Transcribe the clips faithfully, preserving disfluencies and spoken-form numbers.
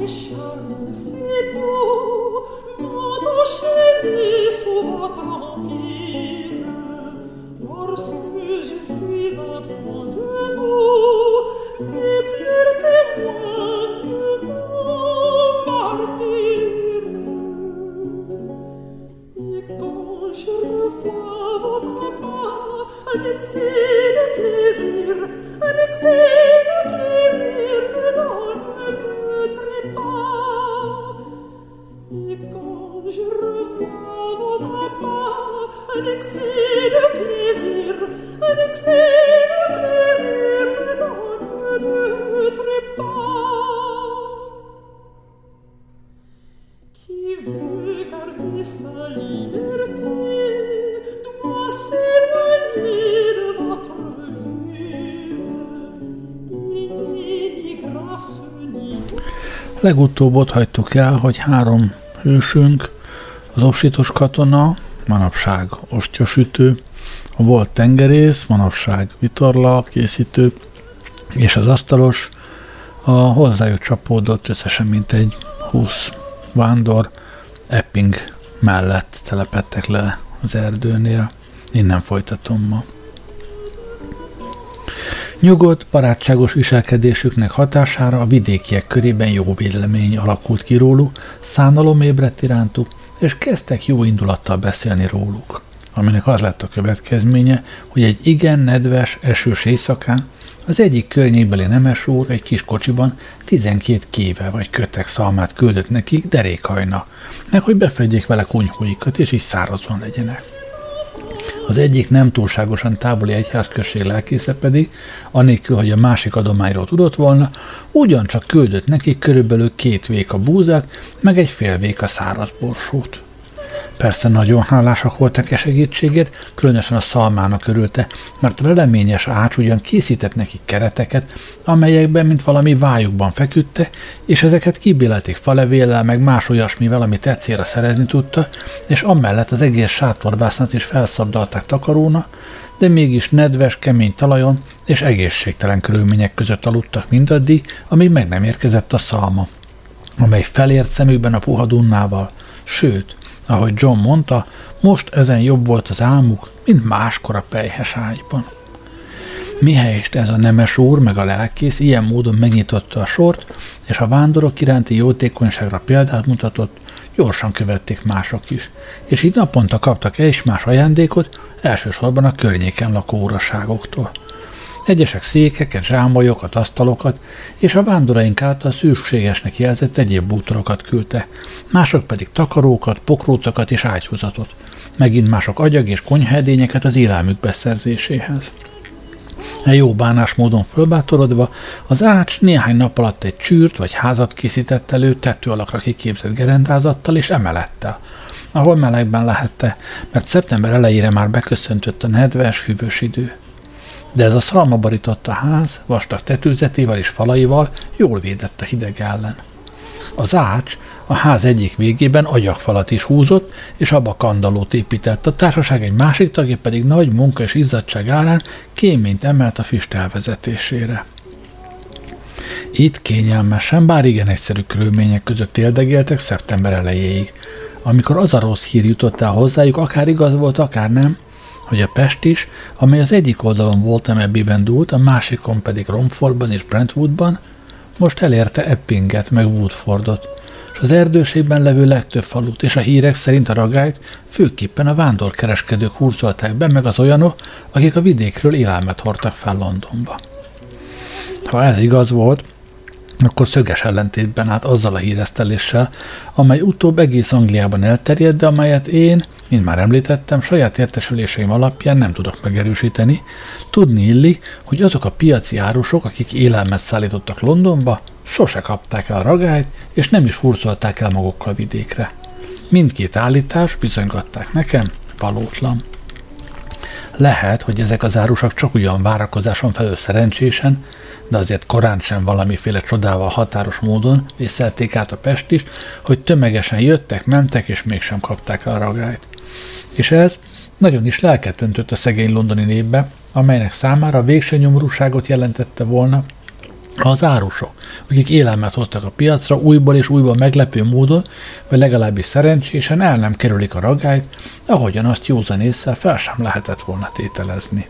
Legutóbb ott hagytuk el, hogy három hősünk, az ostitos katona, manapság ostyasütő, a volt tengerész, manapság vitorla készítő, és az asztalos, a hozzájuk csapódott összesen mintegy húsz vándor Epping mellett telepedtek le az erdőnél. Innen folytatom ma. Nyugodt, barátságos viselkedésüknek hatására a vidékiek körében jó vélemény alakult ki róluk, szánalom ébredt irántuk, és kezdtek jó indulattal beszélni róluk, aminek az lett a következménye, hogy egy igen nedves, esős éjszakán az egyik környékbeli nemes úr egy kis kocsiban tizenkét kéve vagy kötek szalmát küldött nekik derékhajna, meg hogy befedjék vele kunyhóikat, és így szárazon legyenek. Az egyik nem túlságosan távoli egyházközség lelkésze pedig, anélkül, hogy a másik adományról tudott volna, ugyancsak küldött nekik körülbelül két véka búzát, meg egy fél véka száraz borsót. Persze nagyon hálásak voltak e segítségért, különösen a szalmának örülte, mert a releményes ács ugyan készített nekik kereteket, amelyekben, mint valami vályukban feküdte, és ezeket kibélelték falevéllel, meg más olyasmivel, amit tetszére szerezni tudta, és amellett az egész sátorvásznat is felszabdalták takaróna, de mégis nedves, kemény talajon és egészségtelen körülmények között aludtak mindaddig, amíg meg nem érkezett a szalma, amely felért szemükben a puha Dunnával, sőt, ahogy John mondta, most ezen jobb volt az álmuk, mint máskor a pelyhes ágyban. Mihelyest ez a nemes úr meg a lelkész ilyen módon megnyitotta a sort, és a vándorok iránti jótékonyságra példát mutatott, gyorsan követték mások is, és így naponta kaptak el is más ajándékot, elsősorban a környéken lakó uraságoktól. Egyesek székeket, zsámolyokat, asztalokat, és a vándoraink által szükségesnek jelzett egyéb bútorokat küldte, mások pedig takarókat, pokrócokat és ágyhúzatot, megint mások agyag és konyhaedényeket az élelmük beszerzéséhez. E jó bánásmódon fölbátorodva, az ács néhány nap alatt egy csűrt vagy házat készített elő tető alakra kiképzett gerendázattal és emelettel, ahol melegben lehette, mert szeptember elejére már beköszöntött a nedves, hűvös idő. De ez a szalmabarított a ház, vastag tetőzetével és falaival jól védett a hideg ellen. Az ács a ház egyik végében agyagfalat is húzott, és abba kandallót épített, a társaság egy másik tagja pedig nagy munka és izzadtság árán kéményt emelt a füst elvezetésére. Itt kényelmesen, bár igen egyszerű körülmények között éldegéltek szeptember elejéig, amikor az a rossz hír jutott el hozzájuk, akár igaz volt, akár nem, hogy a Pest is, amely az egyik oldalon Waltham Abbey-ben dúlt, a másikon pedig Romfordban és Brentwoodban, most elérte Eppinget meg Woodfordot, és az erdőségben levő legtöbb falut, és a hírek szerint a ragályt főképpen a vándorkereskedők hurcolták be, meg az olyanok, akik a vidékről élelmet hordtak fel Londonba. Ha ez igaz volt, akkor szöges ellentétben állt azzal a híreszteléssel, amely utóbb egész Angliában elterjedt, de amelyet én, mint már említettem, saját értesüléseim alapján nem tudok megerősíteni. Tudni illik, hogy azok a piaci árusok, akik élelmet szállítottak Londonba, sose kapták el a ragályt, és nem is hurcolták el magukkal vidékre. Mindkét állítás, bizonygatták nekem, valótlan. Lehet, hogy ezek az árusak csak ugyan várakozáson felül szerencsésen, de azért korán sem valamiféle csodával határos módon vészelték át a Pestist, hogy tömegesen jöttek, mentek, és mégsem kapták el a ragályt. És ez nagyon is lelket öntött a szegény londoni népbe, amelynek számára a végső nyomorúságot jelentette volna, Az árusok, akik élelmet hoztak a piacra, újból és újból meglepő módon, vagy legalábbis szerencsésen el nem kerülik a ragályt, ahogyan azt józan ésszel fel sem lehetett volna tételezni.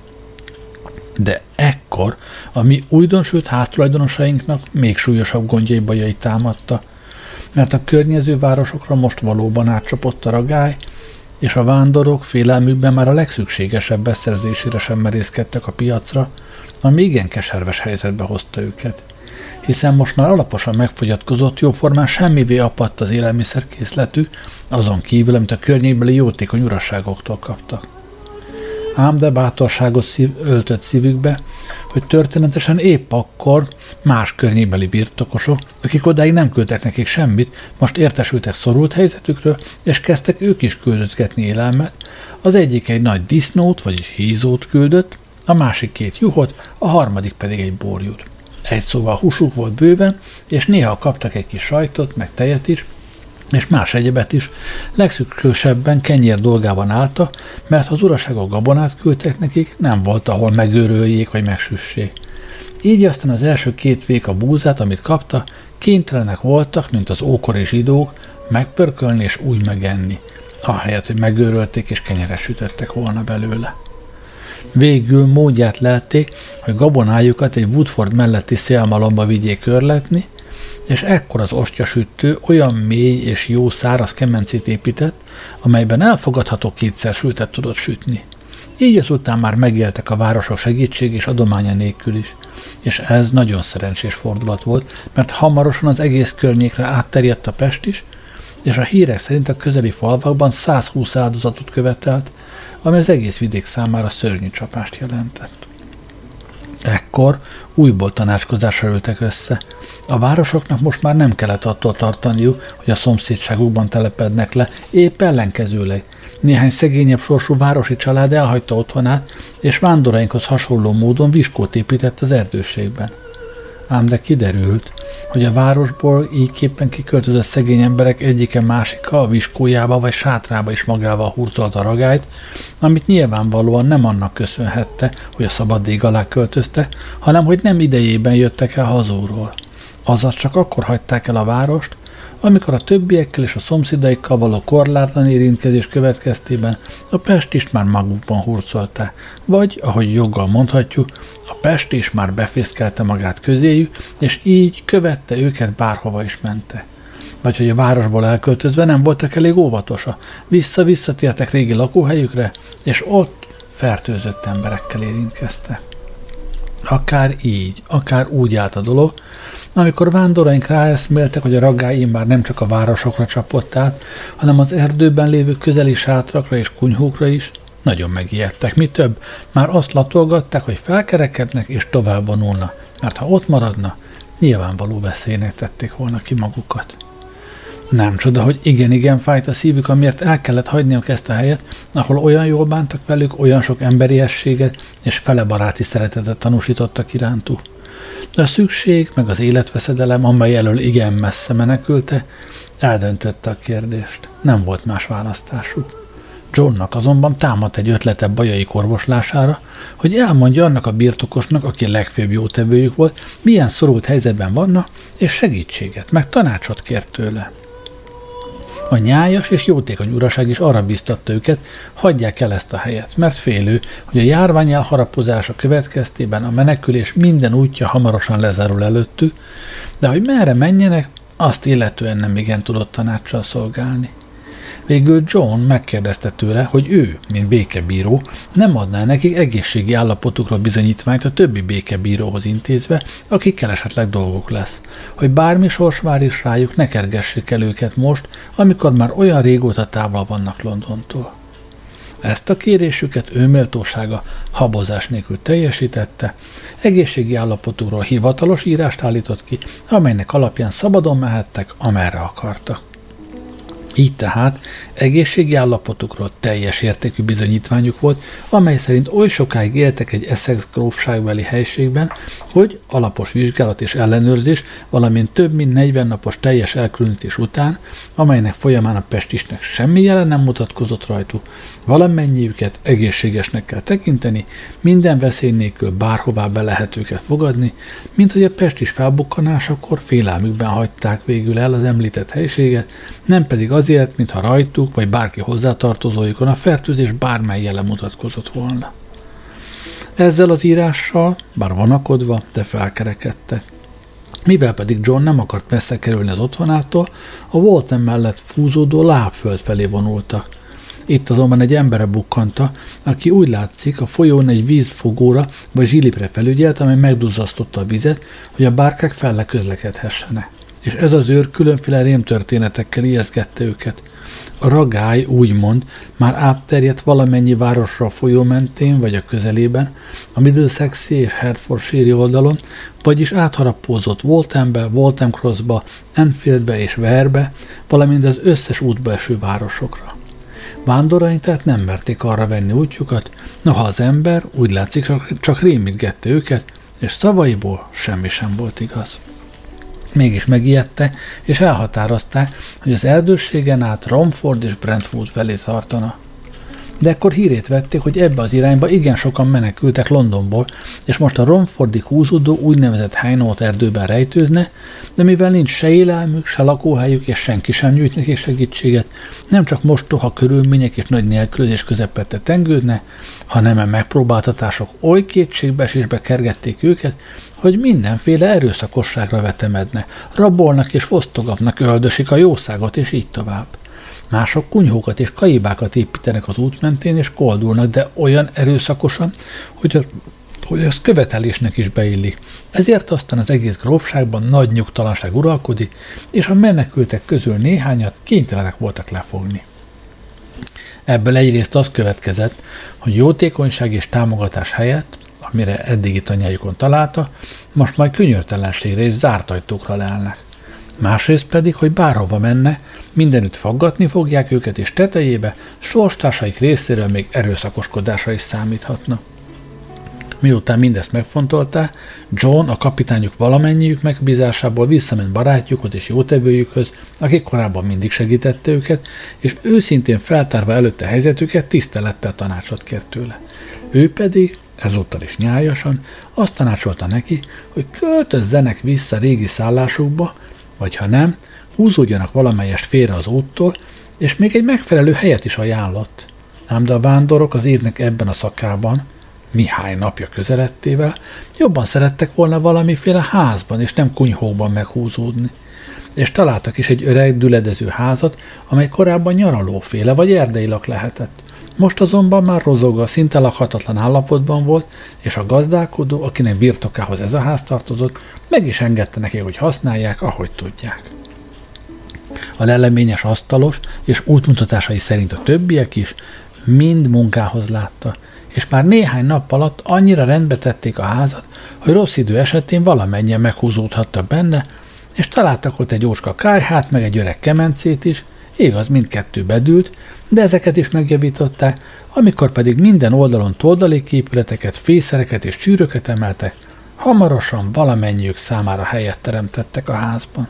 De ekkor a mi újdonsült háztulajdonosainknak még súlyosabb gondjai bajai támadta, mert a környező városokra most valóban átcsapott a ragály, és a vándorok félelmükben már a legszükségesebb beszerzésére sem merészkedtek a piacra, ami igen keserves helyzetbe hozta őket, hiszen most már alaposan megfogyatkozott, jóformán semmivé apadt az élelmiszerkészletük, azon kívül, amit a környékbeli jótékony uraságoktól kaptak. Ám de bátorságot szív, öltött szívükbe, hogy történetesen épp akkor más környékbeli birtokosok, akik odáig nem küldtek nekik semmit, most értesültek szorult helyzetükről, és kezdtek ők is küldözgetni élelmet. Az egyik egy nagy disznót, vagyis hízót küldött, a másik két juhot, a harmadik pedig egy borjút. Egy szóval húsuk volt bőven, és néha kaptak egy kis sajtot, meg tejet is, és más egyebet is, legszükségesebben kenyér dolgában állta, mert ha az uraságok gabonát küldtek nekik, nem volt, ahol megőröljék vagy megsüssék. Így aztán az első két véka búzát, amit kapta, kénytelenek voltak, mint az ókori zsidók, megpörkölni és úgy megenni, ahelyett, hogy megőrölték és kenyeret sütöttek volna belőle. Végül módját lelték, hogy gabonájukat egy Woodford melletti szélmalomba vigyék körletni, és ekkor az ostyasütő olyan mély és jó száraz kemencét épített, amelyben elfogadható kétszer sültet tudott sütni. Így azután már megéltek a városok segítség és adománya nélkül is, és ez nagyon szerencsés fordulat volt, mert hamarosan az egész környékre átterjedt a pest is, és a hírek szerint a közeli falvakban százhúsz áldozatot követelt, ami az egész vidék számára szörnyű csapást jelentett. Ekkor újból tanácskozásra ültek össze. A városoknak most már nem kellett attól tartaniuk, hogy a szomszédságukban telepednek le, épp ellenkezőleg. Néhány szegényebb sorsú városi család elhagyta otthonát, és vándorainkhoz hasonló módon viskót épített az erdőségben. Ám de kiderült, hogy a városból ígyképpen kiköltözött szegény emberek egyike másika a viskójába vagy sátrába is magával hurcolt a ragályt, amit nyilvánvalóan nem annak köszönhette, hogy a szabad ég alá költözte, hanem hogy nem idejében jöttek el hazóról. Azaz csak akkor hagyták el a várost, amikor a többiekkel és a szomszédaikkal való korlátlan érintkezés következtében a pestist már magukban hurcolták, vagy, ahogy joggal mondhatjuk, a pest is már befészkelte magát közéjük, és így követte őket bárhova is mente. Vagy hogy a városból elköltözve nem voltak elég óvatosa, vissza-visszatértek régi lakóhelyükre, és ott fertőzött emberekkel érintkeztek. Akár így, akár úgy állt a dolog, amikor vándoraink ráeszméltek, hogy a ragály már nem csak a városokra csapott át, hanem az erdőben lévő közeli sátrakra és kunyhókra is, nagyon megijedtek. Mi több, már azt latolgatták, hogy felkerekednek és tovább vonulna, mert ha ott maradna, nyilvánvaló veszélynek tették volna ki magukat. Nem csoda, hogy igen-igen fájt a szívük, amiért el kellett hagyniuk ezt a helyet, ahol olyan jól bántak velük, olyan sok emberiességet és felebaráti szeretetet tanúsítottak irántuk. De a szükség meg az életveszedelem, amely elől igen messze menekülte, eldöntötte a kérdést. Nem volt más választásuk. Johnnak azonban támadt egy ötlete bajaik orvoslására, hogy elmondja annak a birtokosnak, aki a legfőbb jótevőjük volt, milyen szorult helyzetben vannak, és segítséget, meg tanácsot kért tőle. A nyájas és jótékony uraság is arra bíztatta őket, hagyják el ezt a helyet, mert félő, hogy a járvány elharapozása következtében a menekülés minden útja hamarosan lezárul előttük, de hogy merre menjenek, azt illetően nem igen tudott tanácssal szolgálni. Végül John megkérdezte tőle, hogy ő, mint békebíró, nem adná nekik egészségi állapotukról bizonyítványt a többi békebíróhoz intézve, akikkel esetleg dolguk lesz, hogy bármi sors vár is rájuk, ne kergessék el őket most, amikor már olyan régóta távol vannak Londontól. Ezt a kérésüket ő méltósága habozás nélkül teljesítette, egészségi állapotukról hivatalos írást állított ki, amelynek alapján szabadon mehettek, amerre akartak. Így tehát egészségi állapotukról teljes értékű bizonyítványuk volt, amely szerint oly sokáig éltek egy Essex grófságbeli helységben, hogy alapos vizsgálat és ellenőrzés, valamint több mint negyven napos teljes elkülönítés után, amelynek folyamán a pestisnek semmi jelen nem mutatkozott rajtuk, valamennyiüket egészségesnek kell tekinteni, minden veszély nélkül bárhová be lehet őket fogadni, mint hogy a pestis felbukkanásakor félelmükben hagyták végül el az említett helységet, nem pedig azért, mintha rajtuk vagy bárki hozzátartozóikon a fertőzés bármely jele mutatkozott volna. Ezzel az írással, bár vonakodva, de felkerekedtek. Mivel pedig John nem akart messze kerülni az otthonától, a Waltham mellett fúzódó lábföld felé vonultak. Itt azonban egy emberre bukkanta, aki úgy látszik a folyón egy vízfogóra vagy zsilipre felügyelt, amely megduzzasztotta a vizet, hogy a bárkák felle közlekedhessenek. És ez az őr különféle rémtörténetekkel ijeszgette őket. A ragály, úgymond, már átterjedt valamennyi városra a folyó mentén vagy a közelében, a Middlesexi és Hertfordshire oldalon, vagyis átharapózott Walthambe, Waltham Crossba, Enfieldbe és Warebe, valamint az összes útba eső városokra. Vándoraink tehát nem merték arra venni útjukat, noha az ember úgy látszik csak, csak rémítgette őket, és szavaiból semmi sem volt igaz. Mégis megijedte, és elhatározták, hogy az erdősségen át Romford és Brentford felé tartana. De ekkor hírét vették, hogy ebbe az irányba igen sokan menekültek Londonból, és most a Romfordig húzódó úgynevezett Hainault erdőben rejtőzne, de mivel nincs se élelmük, se lakóhelyük, és senki sem nyújt nekik segítséget, nem csak mostoha körülmények és nagy nélkülözés közepette tengődne, hanem a megpróbáltatások oly kétségbeesésbe kergették őket, hogy mindenféle erőszakosságra vetemedne, rabolnak és fosztogatnak, öldösik a jószágot, és így tovább. Mások kunyhókat és kaibákat építenek az út mentén, és koldulnak, de olyan erőszakosan, hogy, a, hogy ez követelésnek is beillik. Ezért aztán az egész grófságban nagy nyugtalanság uralkodik, és a menekültek közül néhányat kénytelenek voltak lefogni. Ebből egyrészt az következett, hogy jótékonyság és támogatás helyett, amire eddigi tanyájukon találta, most majd könyörtelenségre és zárt ajtókra lelnek. Másrészt pedig, hogy bárhova menne, mindenütt faggatni fogják őket, és tetejébe sorstársaik részéről még erőszakoskodásra is számíthatna. Miután mindezt megfontolták, John a kapitányuk valamennyiük megbízásából visszament barátjukhoz és jótevőjükhöz, akik korábban mindig segítette őket, és őszintén feltárva előtte helyzetüket tisztelettel tanácsot kért tőle. Ő pedig, ezúttal is nyájasan, azt tanácsolta neki, hogy költözzenek vissza régi szállásukba, vagy ha nem, húzódjanak valamelyest félre az úttól, és még egy megfelelő helyet is ajánlott. Ám de a vándorok az évnek ebben a szakában, Mihály napja közelettével, jobban szerettek volna valamiféle házban, és nem kunyhókban meghúzódni. És találtak is egy öreg, düledező házat, amely korábban nyaralóféle vagy erdeilak lehetett. Most azonban már rozogva, szinte lakhatatlan állapotban volt, és a gazdálkodó, akinek birtokához ez a ház tartozott, meg is engedte neki, hogy használják, ahogy tudják. A leleményes asztalos és útmutatásai szerint a többiek is mind munkához látta, és már néhány nap alatt annyira rendbe tették a házat, hogy rossz idő esetén valamennyien meghúzódhattak benne, és találtak ott egy ócska kályhát, meg egy öreg kemencét is, igaz, mindkettő bedült, de ezeket is megjavították, amikor pedig minden oldalon toldaléképületeket, fészereket és csűröket emeltek, hamarosan valamennyiük számára helyet teremtettek a házban.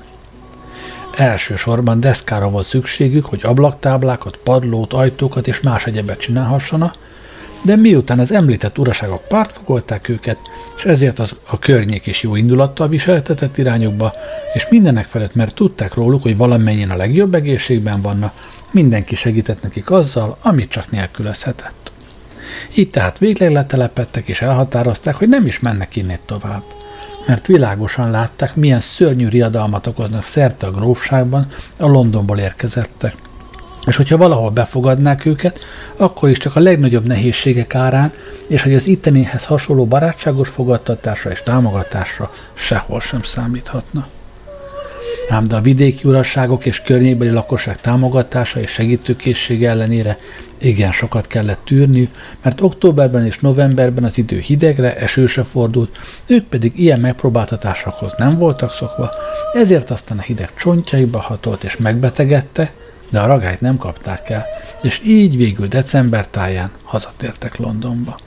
Elsősorban deszkára volt szükségük, hogy ablaktáblákat, padlót, ajtókat és más egyebet csinálhassanak, de miután az említett uraságok pártfogolták őket, és ezért az, a környék is jó indulattal viseltetett irányukba, és mindenek felett, mert tudták róluk, hogy valamennyien a legjobb egészségben vannak, mindenki segített nekik azzal, amit csak nélkülözhetett. Így tehát végleg letelepedtek, és elhatározták, hogy nem is mennek innét tovább, mert világosan látták, milyen szörnyű riadalmat okoznak szerte a grófságban a Londonból érkezettek. És hogyha valahol befogadnák őket, akkor is csak a legnagyobb nehézségek árán, és hogy az ittenihez hasonló barátságos fogadtatásra és támogatásra sehol sem számíthatna. Ám de a vidéki urasságok és környékbeli lakosság támogatása és segítőkészsége ellenére igen sokat kellett tűrniük, mert októberben és novemberben az idő hidegre, esősre fordult, ők pedig ilyen megpróbáltatásokhoz nem voltak szokva, ezért aztán a hideg csontjaikba hatolt és megbetegedte, de a ragályt nem kapták el, és így végül december táján hazatértek Londonba.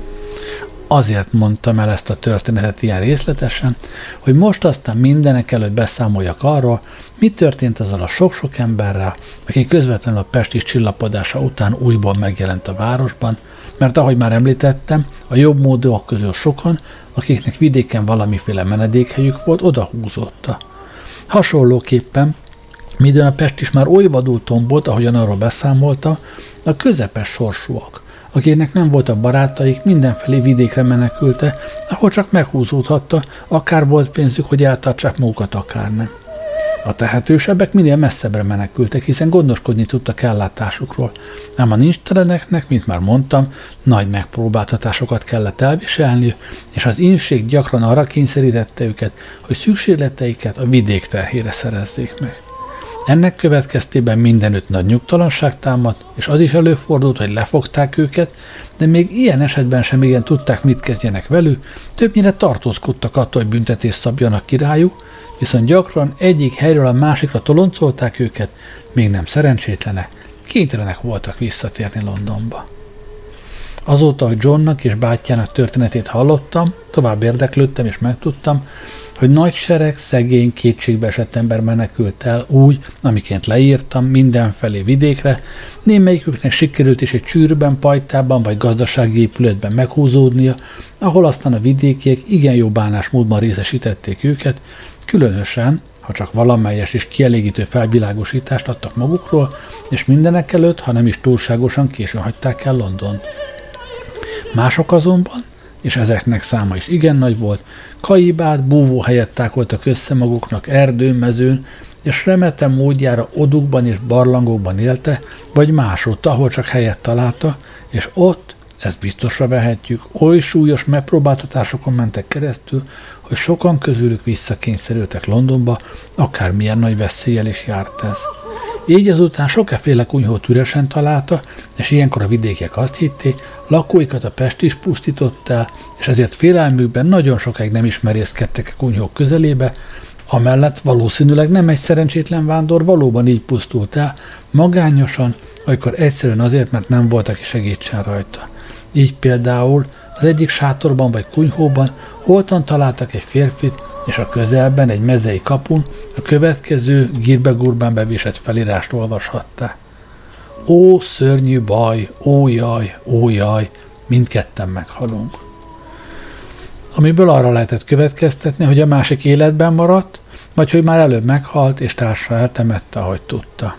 Azért mondtam el ezt a történetet ilyen részletesen, hogy most aztán mindenek előtt beszámoljak arról, mi történt azzal a sok-sok emberrel, aki közvetlenül a pesti csillapodása után újból megjelent a városban, mert ahogy már említettem, a jobb módúak közül sokan, akiknek vidéken valamiféle menedékhelyük volt, odahúzódta. Hasonlóképpen, midőn a Pest is már oly vadul tombolt, ahogyan arról beszámolta, a közepes sorsúak, akiknek nem voltak barátaik, mindenfelé vidékre menekülte, ahol csak meghúzódhatta, akár volt pénzük, hogy eltartsák magukat, akár nem. A tehetősebbek minél messzebbre menekültek, hiszen gondoskodni tudtak ellátásukról, ám a nincsteleneknek, mint már mondtam, nagy megpróbáltatásokat kellett elviselni, és az ínség gyakran arra kényszerítette őket, hogy szükségleteiket a vidék terhére szerezzék meg. Ennek következtében mindenütt nagy nyugtalanság támadt, és az is előfordult, hogy lefogták őket, de még ilyen esetben sem igen tudták, mit kezdjenek velük, többnyire tartózkodtak attól, hogy büntetést szabjanak ki rájuk, viszont gyakran egyik helyről a másikra toloncolták őket, még nem szerencsétlenek, kénytelenek voltak visszatérni Londonba. Azóta, hogy Johnnak és bátyjának történetét hallottam, tovább érdeklődtem és megtudtam, hogy nagy sereg szegény, kétségbeesett ember menekült el úgy, amiként leírtam, mindenfelé vidékre, némelyiküknek sikerült is egy csűrben, pajtában vagy gazdasági épületben meghúzódnia, ahol aztán a vidékiek igen jó bánásmódban részesítették őket, különösen, ha csak valamelyes és kielégítő felvilágosítást adtak magukról, és mindenek előtt, ha nem is túlságosan későn hagyták el Londont. Mások azonban, és ezeknek száma is igen nagy volt, kaibát, búvóhelyet tákoltak össze maguknak erdőn, mezőn, és remete módjára odukban és barlangokban élte, vagy másút, ahol csak helyet találta, és ott, ezt biztosra vehetjük, oly súlyos megpróbáltatásokon mentek keresztül, hogy sokan közülük visszakényszerültek Londonba, akármilyen nagy veszéllyel is járt ez. Így azután sokféle kunyhót üresen találta, és ilyenkor a vidékiek azt hitték, lakóikat a Pest is pusztított el, és ezért félelmükben nagyon sokáig nem is merészkedtek a kunyhók közelébe, amellett valószínűleg nem egy szerencsétlen vándor valóban így pusztult el, magányosan, olykor egyszerűen azért, mert nem volt, aki segítsen rajta. Így például az egyik sátorban vagy kunyhóban holtan találtak egy férfit, és a közelben egy mezei kapun a következő gírbe-gurbán bevésett felírást olvashatta. Ó, szörnyű baj, ó jaj, ó jaj, mindketten meghalunk. Amiből arra lehetett következtetni, hogy a másik életben maradt, vagy hogy már előbb meghalt, és társa eltemette, ahogy tudta.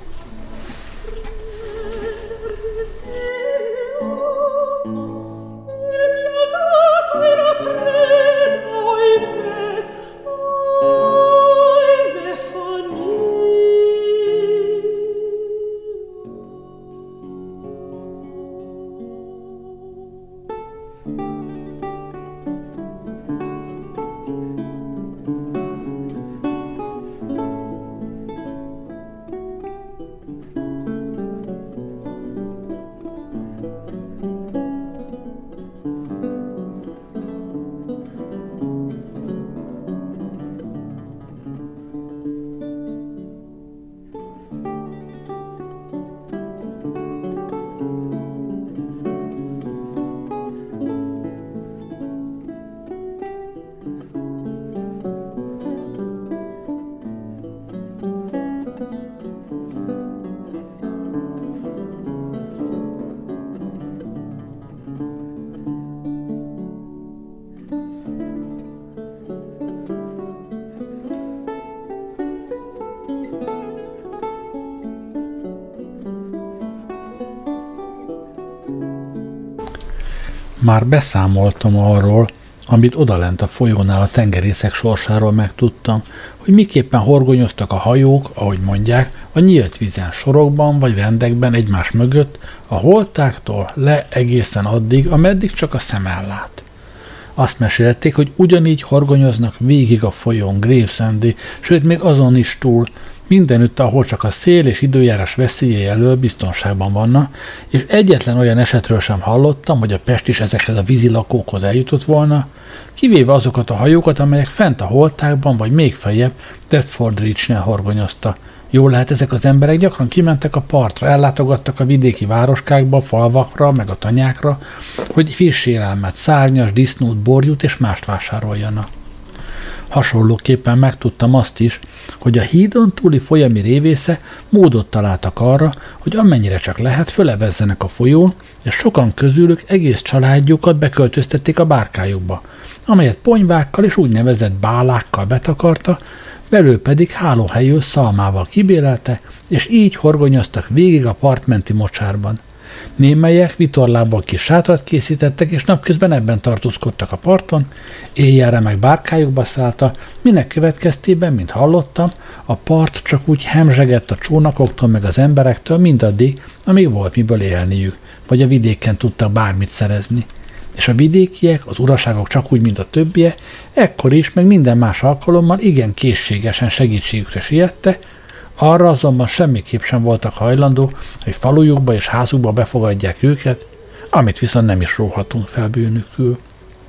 Már beszámoltam arról, amit odalent a folyónál a tengerészek sorsáról megtudtam, hogy miképpen horgonyoztak a hajók, ahogy mondják, a nyílt vízen sorokban vagy rendekben egymás mögött, a holtáktól le egészen addig, ameddig csak a szem ellát. Azt mesélték, hogy ugyanígy horgonyoznak végig a folyón Gravesendé, sőt még azon is túl, mindenütt, ahol csak a szél és időjárás veszélyei elől biztonságban vannak, és egyetlen olyan esetről sem hallottam, hogy a Pest is ezekhez a vízilakókhoz eljutott volna, kivéve azokat a hajókat, amelyek fent a holtákban, vagy még feljebb Deptford Reach-nél horgonyoztak, Jól lehet, ezek az emberek gyakran kimentek a partra, ellátogattak a vidéki városkákba, falvakra, meg a tanyákra, hogy friss élelmet, szárnyas, disznót, borjút és mást vásároljanak. Hasonlóképpen megtudtam azt is, hogy a hídon túli folyami révésze módot találtak arra, hogy amennyire csak lehet, fölevezzenek a folyón, és sokan közülük egész családjukat beköltöztették a bárkájukba, amelyet ponyvákkal és úgynevezett bálákkal betakarta, belül pedig hálóhelyül szalmával kibélelte, és így horgonyoztak végig a partmenti mocsárban. Némelyek vitorlából kis sátrat készítettek, és napközben ebben tartózkodtak a parton, éjjelre meg bárkájukba szállta, minek következtében, mint hallottam, a part csak úgy hemzsegett a csónakoktól meg az emberektől mindaddig, amíg volt miből élniük, vagy a vidéken tudtak bármit szerezni. És a vidékiek, az uraságok csak úgy, mint a többie, ekkor is, meg minden más alkalommal igen készségesen segítségükre siette, arra azonban semmiképp sem voltak hajlandó, hogy falujukba és házukba befogadják őket, amit viszont nem is róhatunk fel bűnükül.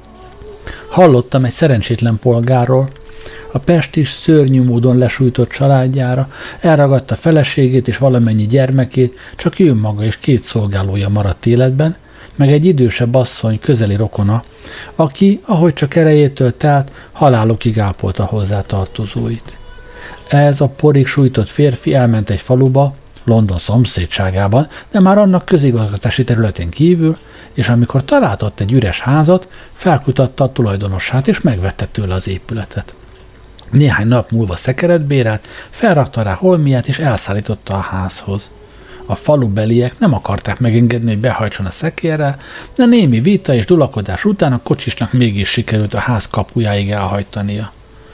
Hallottam egy szerencsétlen polgárról, a pestis szörnyű módon lesújtott családjára elragadta feleségét és valamennyi gyermekét, csak ő maga és két szolgálója maradt életben, meg egy idősebb asszony közeli rokona, aki, ahogy csak erejétől telt, halálukig ápolta hozzá tartozóit. Ez a porig sújtott férfi elment egy faluba, London szomszédságában, de már annak közigazgatási területén kívül, és amikor talált ott egy üres házat, felkutatta a tulajdonosát, és megvette tőle az épületet. Néhány nap múlva szekeret bérelt, felrakta rá holmiát, és elszállította a házhoz. A falubeliek nem akarták megengedni, hogy behajtson a szekérrel, de némi vita és dulakodás után a kocsisnak mégis sikerült a ház kapujáig elhajtania.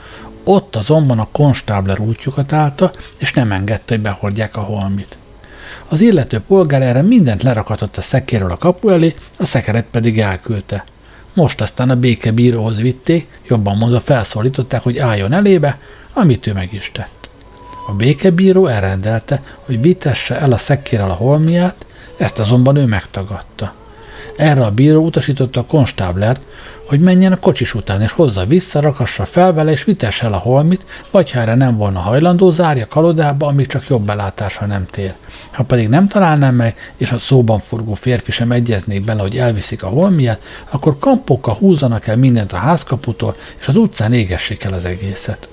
Ott azonban a konstábler útjukat állta, és nem engedte, hogy behordják a holmit. Az illető polgár erre mindent lerakatott a szekérről a kapu elé, a szekeret pedig elküldte. Most aztán a békebíróhoz vitték, jobban mondva felszólították, hogy álljon elébe, amit ő meg is tett. A békebíró elrendelte, hogy vitesse el a szekérrel a holmiát, ezt azonban ő megtagadta. Erre a bíró utasította a konstáblert, hogy menjen a kocsis után, és hozza vissza, rakassa fel vele, és vitesse el a holmit, vagy ha erre nem volna hajlandó, zárja kalodába, amíg csak jobb belátásra nem tér. Ha pedig nem találnám meg, és a szóban forgó férfi sem egyeznék bele, hogy elviszik a holmiát, akkor kampókkal húzzanak el mindent a házkaputól, és az utcán égessék el az egészet.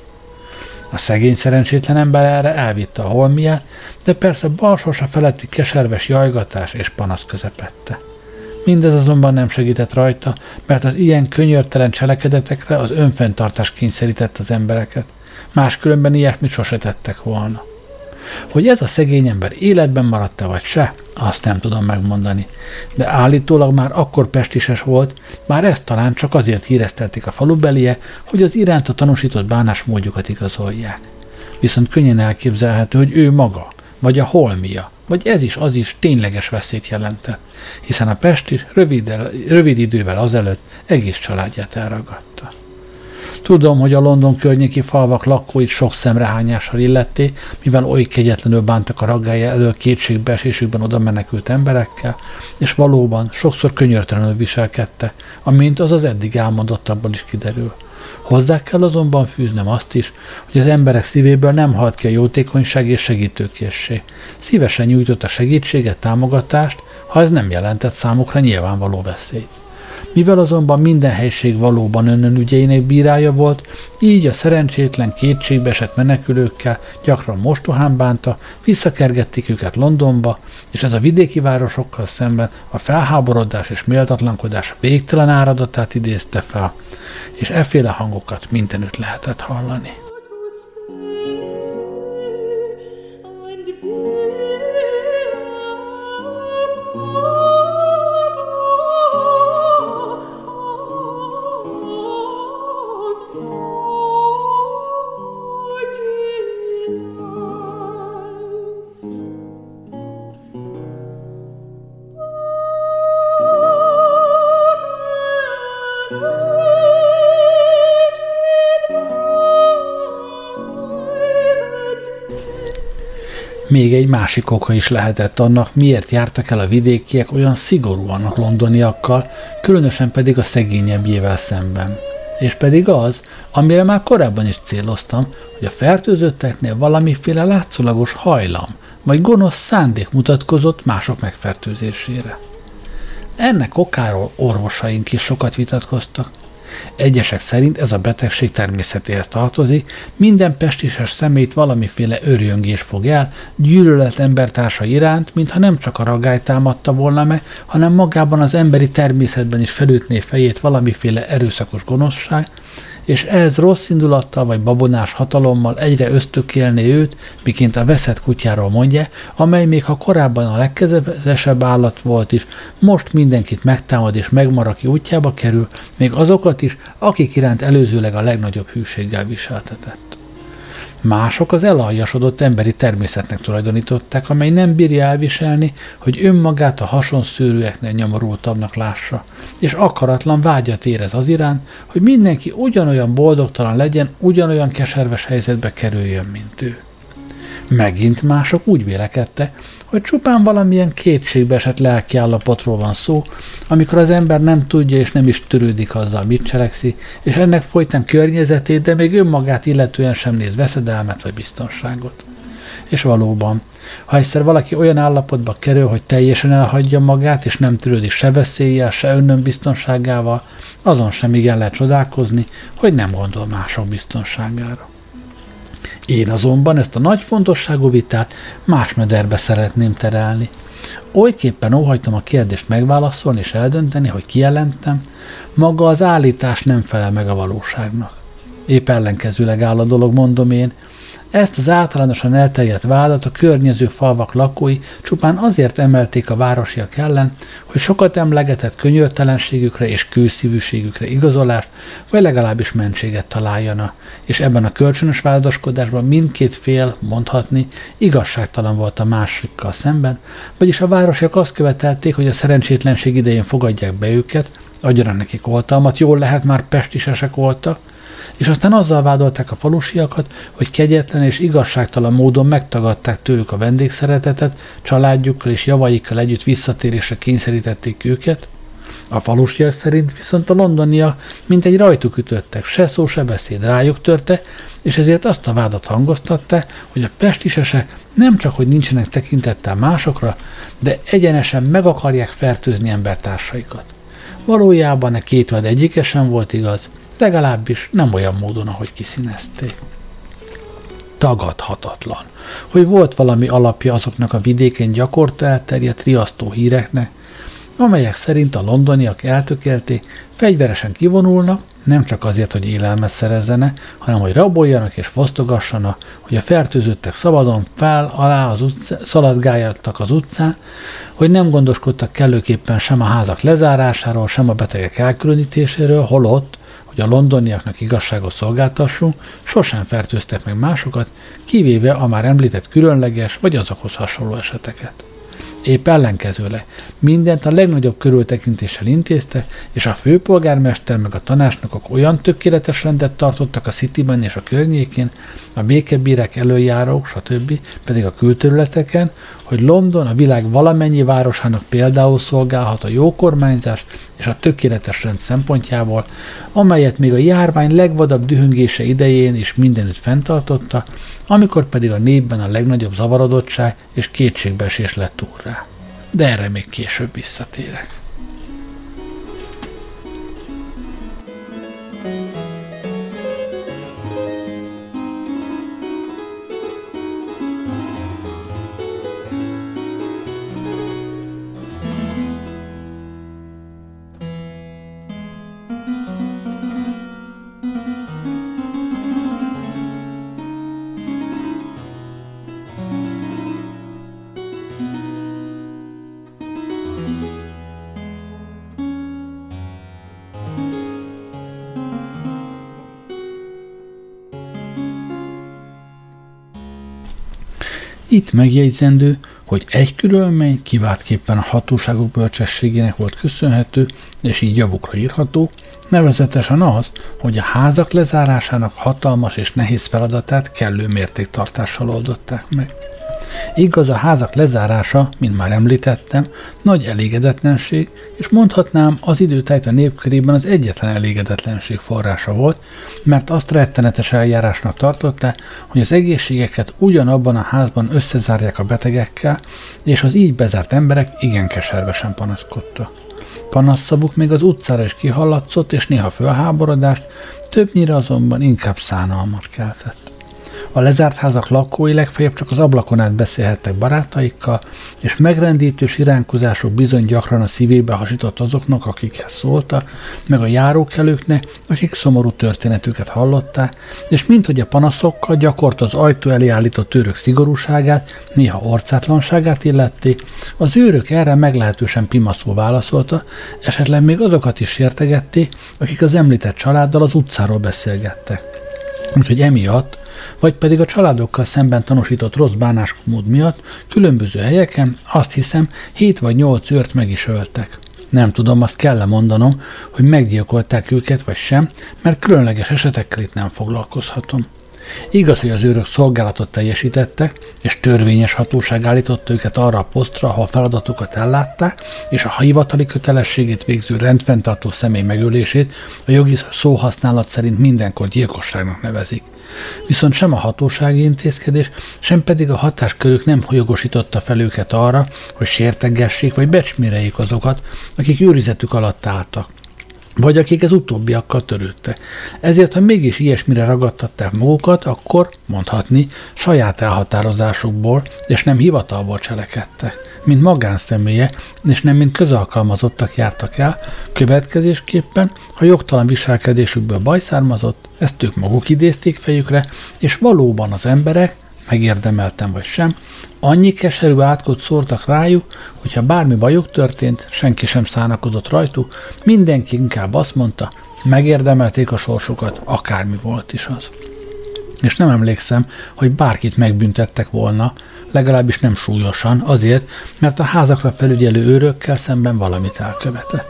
A szegény szerencsétlen ember erre elvitte a holmiát, de persze balsorsa feletti keserves jajgatás és panasz közepette. Mindez azonban nem segített rajta, mert az ilyen könyörtelen cselekedetekre az önfenntartás kényszerített az embereket. Máskülönben ilyesmit sose tettek volna. Hogy ez a szegény ember életben maradt-e vagy se, azt nem tudom megmondani. De állítólag már akkor pestises volt, már ezt talán csak azért híresztelték a falubelie, hogy az iránta tanúsított bánásmódjukat igazolják. Viszont könnyen elképzelhető, hogy ő maga, vagy a holmia, vagy ez is, az is tényleges veszélyt jelentett, hiszen a pestis rövid, rövid idővel azelőtt egész családját elragadta. Tudom, hogy a London környéki falvak lakóit sok szemrehányással illették, mivel oly kegyetlenül bántak a raggája elől kétségbeesésükben oda menekült emberekkel, és valóban sokszor könyörtelenül viselkedte, amint az az eddig elmondottabból is kiderül. Hozzá kell azonban fűznöm azt is, hogy az emberek szívéből nem halt ki a jótékonyság és segítőkészség. Szívesen nyújtott a segítséget, támogatást, ha ez nem jelentett számukra nyilvánvaló veszélyt. Mivel azonban minden helység valóban önön ügyeinek bírája volt, így a szerencsétlen kétségbeesett menekülőkkel gyakran mostohán bánta, visszakergették őket Londonba, és ez a vidéki városokkal szemben a felháborodás és méltatlankodás végtelen áradatát idézte fel, és efféle hangokat mindenütt lehetett hallani. Még egy másik oka is lehetett annak, miért jártak el a vidékiek olyan szigorúan a londoniakkal, különösen pedig a szegényebbjével szemben. És pedig az, amire már korábban is céloztam, hogy a fertőzötteknél valamiféle látszólagos hajlam, vagy gonosz szándék mutatkozott mások megfertőzésére. Ennek okáról orvosaink is sokat vitatkoztak. Egyesek szerint ez a betegség természetéhez tartozik, minden pestises személyt valamiféle örjöngés fog el, gyűlölet embertársa iránt, mintha nem csak a ragály támadta volna meg, hanem magában az emberi természetben is felütné fejét valamiféle erőszakos gonoszság, és ehhez rossz indulattal vagy babonás hatalommal egyre ösztökélné őt, miként a veszett kutyáról mondja, amely még ha korábban a legkezesebb állat volt is, most mindenkit megtámad és megmar, aki útjába kerül, még azokat is, akik iránt előzőleg a legnagyobb hűséggel viseltetett. Mások az elaljas,odott emberi természetnek tulajdonították, amely nem bírja elviselni, hogy önmagát a hasonszőrűeknél nyomorultabbnak lássa, és akaratlan vágyat érez az iránt, hogy mindenki ugyanolyan boldogtalan legyen, ugyanolyan keserves helyzetbe kerüljön, mint ő. Megint mások úgy vélekedtek, hogy csupán valamilyen kétségbe esett lelkiállapotról van szó, amikor az ember nem tudja és nem is törődik azzal, mit cselekszik, és ennek folytán környezetét, de még önmagát illetően sem néz veszedelmet vagy biztonságot. És valóban, ha egyszer valaki olyan állapotba kerül, hogy teljesen elhagyja magát, és nem törődik se veszéllyel, se önnön azon sem igen lehet csodálkozni, hogy nem gondol mások biztonságára. Én azonban ezt a nagy fontosságú vitát más mederbe szeretném terelni. Olyképpen óhajtom a kérdést megválaszolni és eldönteni, hogy kijelentem, maga az állítás nem felel meg a valóságnak. Épp ellenkezőleg áll a dolog, mondom én. Ezt az általánosan elterjedt vádat a környező falvak lakói csupán azért emelték a városiak ellen, hogy sokat emlegetett könyörtelenségükre és kőszívűségükre igazolást, vagy legalábbis mentséget találjanak, és ebben a kölcsönös vádaskodásban mindkét fél, mondhatni, igazságtalan volt a másikkal szemben, vagyis a városiak azt követelték, hogy a szerencsétlenség idején fogadják be őket, adjanak nekik oltalmat, jól lehet már pestisesek voltak, és aztán azzal vádolták a falusiakat, hogy kegyetlen és igazságtalan módon megtagadták tőlük a vendégszeretetet, családjukkal és javaikkal együtt visszatérésre kényszerítették őket. A falusiak szerint viszont a londoniak mintegy rajtuk ütöttek, se szó, se beszéd rájuk törte, és ezért azt a vádat hangoztatták, hogy a pestisesek nem csak, hogy nincsenek tekintettel másokra, de egyenesen meg akarják fertőzni embertársaikat. Valójában e két vád egyike sem volt igaz, legalábbis nem olyan módon, ahogy kiszínezték. Tagadhatatlan, hogy volt valami alapja azoknak a vidéken gyakorta elterjedt riasztó híreknek, amelyek szerint a londoniak eltökélték, fegyveresen kivonulnak, nem csak azért, hogy élelmet szerezzenek, hanem hogy raboljanak és fosztogassanak, hogy a fertőzöttek szabadon fel, alá az utca, szaladgáltak az utcán, hogy nem gondoskodtak kellőképpen sem a házak lezárásáról, sem a betegek elkülönítéséről, holott, hogy a londoniaknak igazságot szolgáltassunk, sosem fertőztek meg másokat, kivéve a már említett különleges vagy azokhoz hasonló eseteket. Épp ellenkezőleg mindent a legnagyobb körültekintéssel intézte, és a főpolgármester meg a tanácsnokok olyan tökéletes rendet tartottak a Cityben és a környékén, a békebírák, előjárók, stb. Pedig a külterületeken, hogy London a világ valamennyi városának például szolgálhat a jó kormányzás és a tökéletes rend szempontjából, amelyet még a járvány legvadabb dühöngése idején is mindenütt fenntartotta, amikor pedig a népben a legnagyobb zavarodottság és kétségbeesés lett túl rá. De erre még később visszatérek. Itt megjegyzendő, hogy egy körülmény kiváltképpen a hatóságok bölcsességének volt köszönhető, és így javukra írható, nevezetesen az, hogy a házak lezárásának hatalmas és nehéz feladatát kellő mértéktartással oldották meg. Igaz, a házak lezárása, mint már említettem, nagy elégedetlenség, és mondhatnám, az időtájt a népkörében az egyetlen elégedetlenség forrása volt, mert azt rettenetes eljárásnak tartották, hogy az egészségeket ugyanabban a házban összezárják a betegekkel, és az így bezárt emberek igen keservesen panaszkodtak. Panasszavuk még az utcára is kihallatszott, és néha fölháborodást, többnyire azonban inkább szánalmat keltett. A lezárt házak lakói legfeljebb csak az ablakon át beszélhettek barátaikkal, és megrendítő siránkozások bizony gyakran a szívébe hasított azoknak, akikhez szólta, meg a járókelőknek, akik szomorú történetüket hallották, és minthogy a panaszokkal gyakort az ajtó elé állított őrök szigorúságát, néha orcátlanságát illették, az őrök erre meglehetősen pimaszul válaszolta, esetleg még azokat is sértegették, akik az említett családdal az utcáról beszélgettek. Úgyhogy emiatt, vagy pedig a családokkal szemben tanúsított rossz bánásmód miatt különböző helyeken, azt hiszem, hét vagy nyolc őrt meg is öltek. Nem tudom, azt kell mondanom, hogy meggyilkolták őket vagy sem, mert különleges esetekkel itt nem foglalkozhatom. Igaz, hogy az őrök szolgálatot teljesítettek, és törvényes hatóság állította őket arra a posztra, ahol feladatokat ellátták, és a hivatali kötelességét végző rendfenntartó személy megölését a jogi szóhasználat szerint mindenkor gyilkosságnak nevezik. Viszont sem a hatósági intézkedés, sem pedig a hatáskörük nem jogosította fel őket arra, hogy sértegessék vagy becsméreljék azokat, akik őrizetük alatt álltak, vagy akik ez utóbbiakkal törődtek. Ezért, ha mégis ilyesmire ragadtatták magukat, akkor, mondhatni, saját elhatározásukból és nem hivatalból cselekedtek, mint magánszemélye, és nem mint közalkalmazottak jártak el, következésképpen, ha jogtalan viselkedésükből baj származott, ezt ők maguk idézték fejükre, és valóban az emberek, megérdemeltem vagy sem, annyi keserű átkot szórtak rájuk, hogyha bármi bajuk történt, senki sem szánakozott rajtuk, mindenki inkább azt mondta, megérdemelték a sorsukat, akármi volt is az. És nem emlékszem, hogy bárkit megbüntettek volna, legalábbis nem súlyosan, azért, mert a házakra felügyelő őrökkel szemben valamit elkövetett.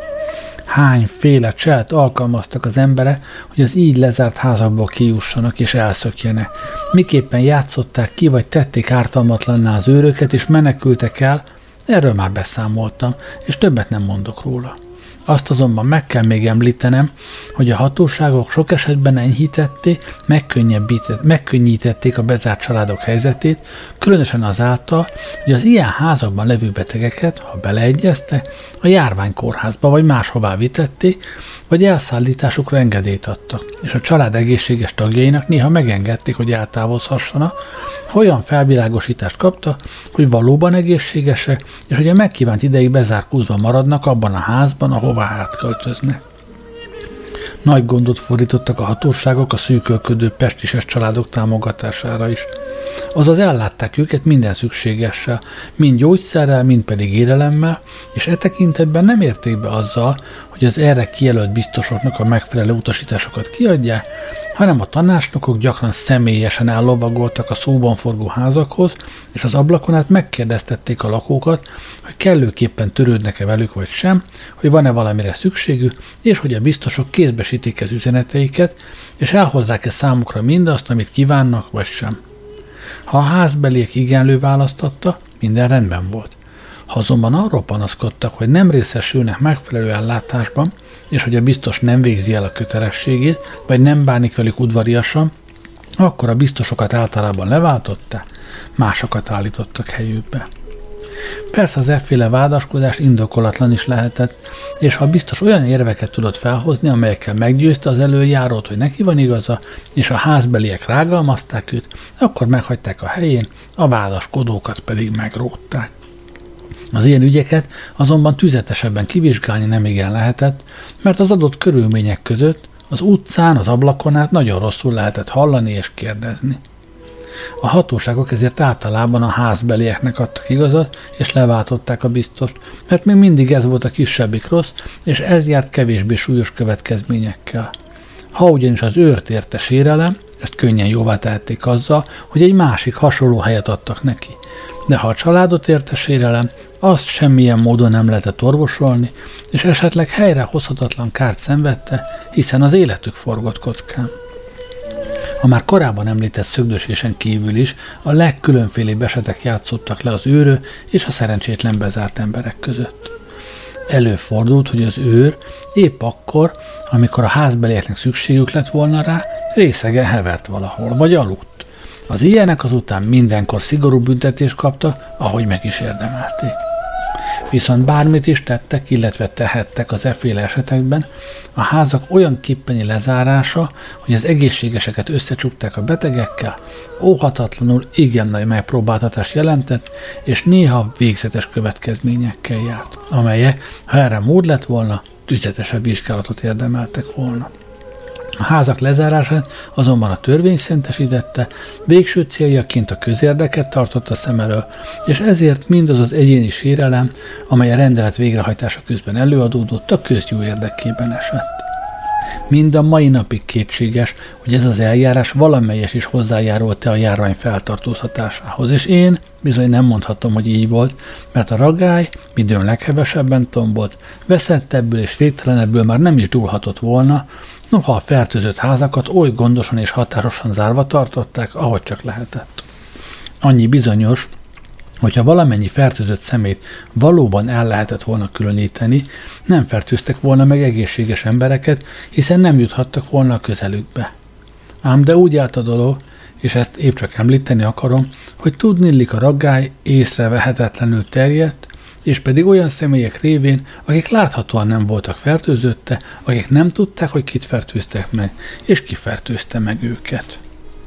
Hányféle cselt alkalmaztak az emberek, hogy az így lezárt házakból kijussanak és elszökjenek. Miképpen játszották ki, vagy tették ártalmatlanná az őröket, és menekültek el, erről már beszámoltam, és többet nem mondok róla. Azt azonban meg kell még említenem, hogy a hatóságok sok esetben enyhítették, megkönnyítették a bezárt családok helyzetét, különösen azáltal, hogy az ilyen házakban levő betegeket, ha beleegyeztek, a járványkórházba vagy máshová vitették, vagy elszállításukra engedélyt adtak, és a család egészséges tagjainak néha megengedték, hogy eltávozhassanak, ha olyan felvilágosítást kapta, hogy valóban egészségesek, és hogy a megkívánt ideig bezárkózva maradnak abban a házban, ahová átköltöznek. Nagy gondot fordítottak a hatóságok a szűkölködő pestises családok támogatására is. Azaz ellátták őket minden szükségessel, mind gyógyszerrel, mind pedig élelemmel, és e tekintetben nem érték be azzal, hogy az erre kijelölt biztosoknak a megfelelő utasításokat kiadják, hanem a tanácsnokok gyakran személyesen ellovagoltak a szóban forgó házakhoz, és az ablakon át megkérdeztették a lakókat, hogy kellőképpen törődnek-e velük vagy sem, hogy van-e valamire szükségük, és hogy a biztosok kézbesítik az üzeneteiket, és elhozzák-e számukra mindazt, amit kívánnak, vagy sem. Ha a házbeliek igenlő választatta, minden rendben volt. Ha azonban arról panaszkodtak, hogy nem részesülnek megfelelő ellátásban, és hogy a biztos nem végzi el a kötelességét, vagy nem bánik velük udvariasan, akkor a biztosokat általában leváltották, másokat állítottak helyükbe. Persze az efféle vádaskodás indokolatlan is lehetett, és ha biztos olyan érveket tudott felhozni, amelyekkel meggyőzte az előjárót, hogy neki van igaza, és a házbeliek rágalmazták őt, akkor meghagyták a helyén, a vádaskodókat pedig megrótták. Az ilyen ügyeket azonban tüzetesebben kivizsgálni nem igen lehetett, mert az adott körülmények között az utcán, az ablakon át nagyon rosszul lehetett hallani és kérdezni. A hatóságok ezért általában a házbelieknek adtak igazat, és leváltották a biztost, mert még mindig ez volt a kisebbik rossz, és ez járt kevésbé súlyos következményekkel. Ha ugyanis az őrt érte sérelem, ezt könnyen jóvá tehették azzal, hogy egy másik hasonló helyet adtak neki. De ha a családot érte sérelem, azt semmilyen módon nem lehetett orvosolni, és esetleg helyre hozhatatlan kárt szenvedte, hiszen az életük forgott kockán. A már korábban említett szögdösésen kívül is a legkülönfélébb esetek játszottak le az őrő és a szerencsétlen bezárt emberek között. Előfordult, hogy az őr épp akkor, amikor a házbelieknek szükségük lett volna rá, részegen hevert valahol, vagy aludt. Az ilyenek azután mindenkor szigorú büntetést kaptak, ahogy meg is érdemelték. Viszont bármit is tettek, illetve tehettek az efféle esetekben, a házak olyan kippeni lezárása, hogy az egészségeseket összecsukták a betegekkel, óhatatlanul igen nagy megpróbáltatás jelentett, és néha végzetes következményekkel járt, amelyek, ha erre mód lett volna, tüzetesebb vizsgálatot érdemeltek volna. A házak lezárását azonban a törvény szentesítette, végső céljaként a közérdeket tartotta szem elől, és ezért mindaz az egyéni sérelem, amely a rendelet végrehajtása közben előadódott, a közjó érdekében esett. Mind a mai napig kétséges, hogy ez az eljárás valamelyes is hozzájárult-e a járvány feltartóztatásához, és én bizony nem mondhatom, hogy így volt, mert a ragály midőn leghevesebben tombolt, veszettebből és végtelenebből már nem is dúlhatott volna, noha a fertőzött házakat oly gondosan és határosan zárva tartották, ahogy csak lehetett. Annyi bizonyos, hogyha valamennyi fertőzött szemét valóban el lehetett volna különíteni, nem fertőztek volna meg egészséges embereket, hiszen nem juthattak volna a közelükbe. Ám de úgy állt a dolog, és ezt épp csak említeni akarom, hogy tudnillik a ragály észrevehetetlenül terjedt, és pedig olyan személyek révén, akik láthatóan nem voltak fertőzötte, akik nem tudták, hogy kit fertőztek meg, és ki fertőzte meg őket.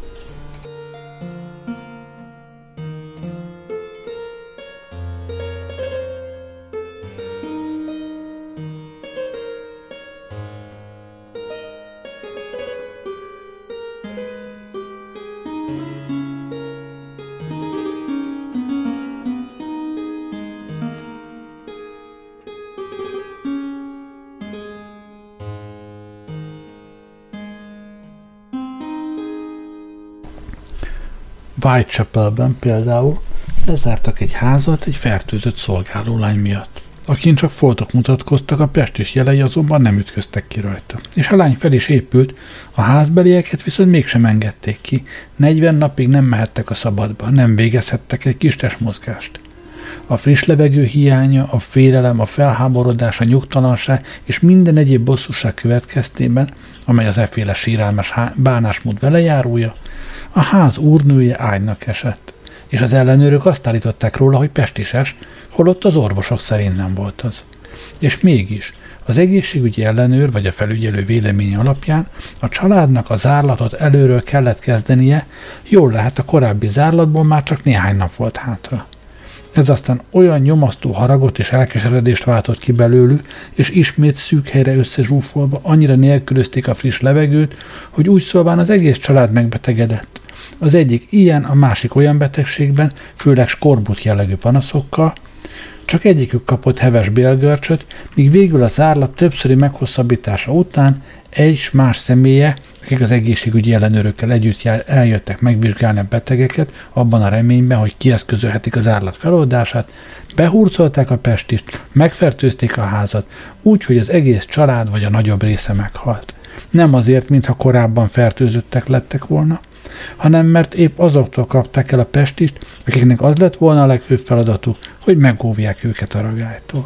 Whitechapelben például lezártak egy házat egy fertőzött szolgálólány miatt. Akin csak foltok mutatkoztak, a pestis jelei azonban nem ütköztek ki rajta. És a lány fel is épült, a házbelieket viszont mégsem engedték ki. negyven napig nem mehettek a szabadba, nem végezhettek egy kis testmozgást. A friss levegő hiánya, a félelem, a felháborodás, a nyugtalanság és minden egyéb bosszúság következtében, amely az efféle sírálmas bánásmód velejárója, a ház úrnője ágynak esett, és az ellenőrök azt állították róla, hogy pestises, holott az orvosok szerint nem volt az. És mégis az egészségügyi ellenőr vagy a felügyelő véleménye alapján a családnak a zárlatot előről kellett kezdenie, jól lehet a korábbi zárlatból már csak néhány nap volt hátra. Ez aztán olyan nyomasztó haragot és elkeseredést váltott ki belőlük, és ismét szűk helyre összezsúfolva annyira nélkülözték a friss levegőt, hogy úgy szólván az egész család megbetegedett. Az egyik ilyen, a másik olyan betegségben, főleg skorbut jellegű panaszokkal, csak egyikük kapott heves bélgörcsöt, míg végül a zárlat többszöri meghosszabbítása után egy s más személye, akik az egészségügyi ellenőrökkel együtt eljöttek megvizsgálni a betegeket, abban a reményben, hogy kieszközölhetik az zárlat feloldását, behurcolták a pestist, megfertőzték a házat, úgy, hogy az egész család vagy a nagyobb része meghalt. Nem azért, mintha korábban fertőzöttek lettek volna, hanem mert épp azoktól kapták el a pestist, akiknek az lett volna a legfőbb feladatuk, hogy megóvják őket a ragálytól.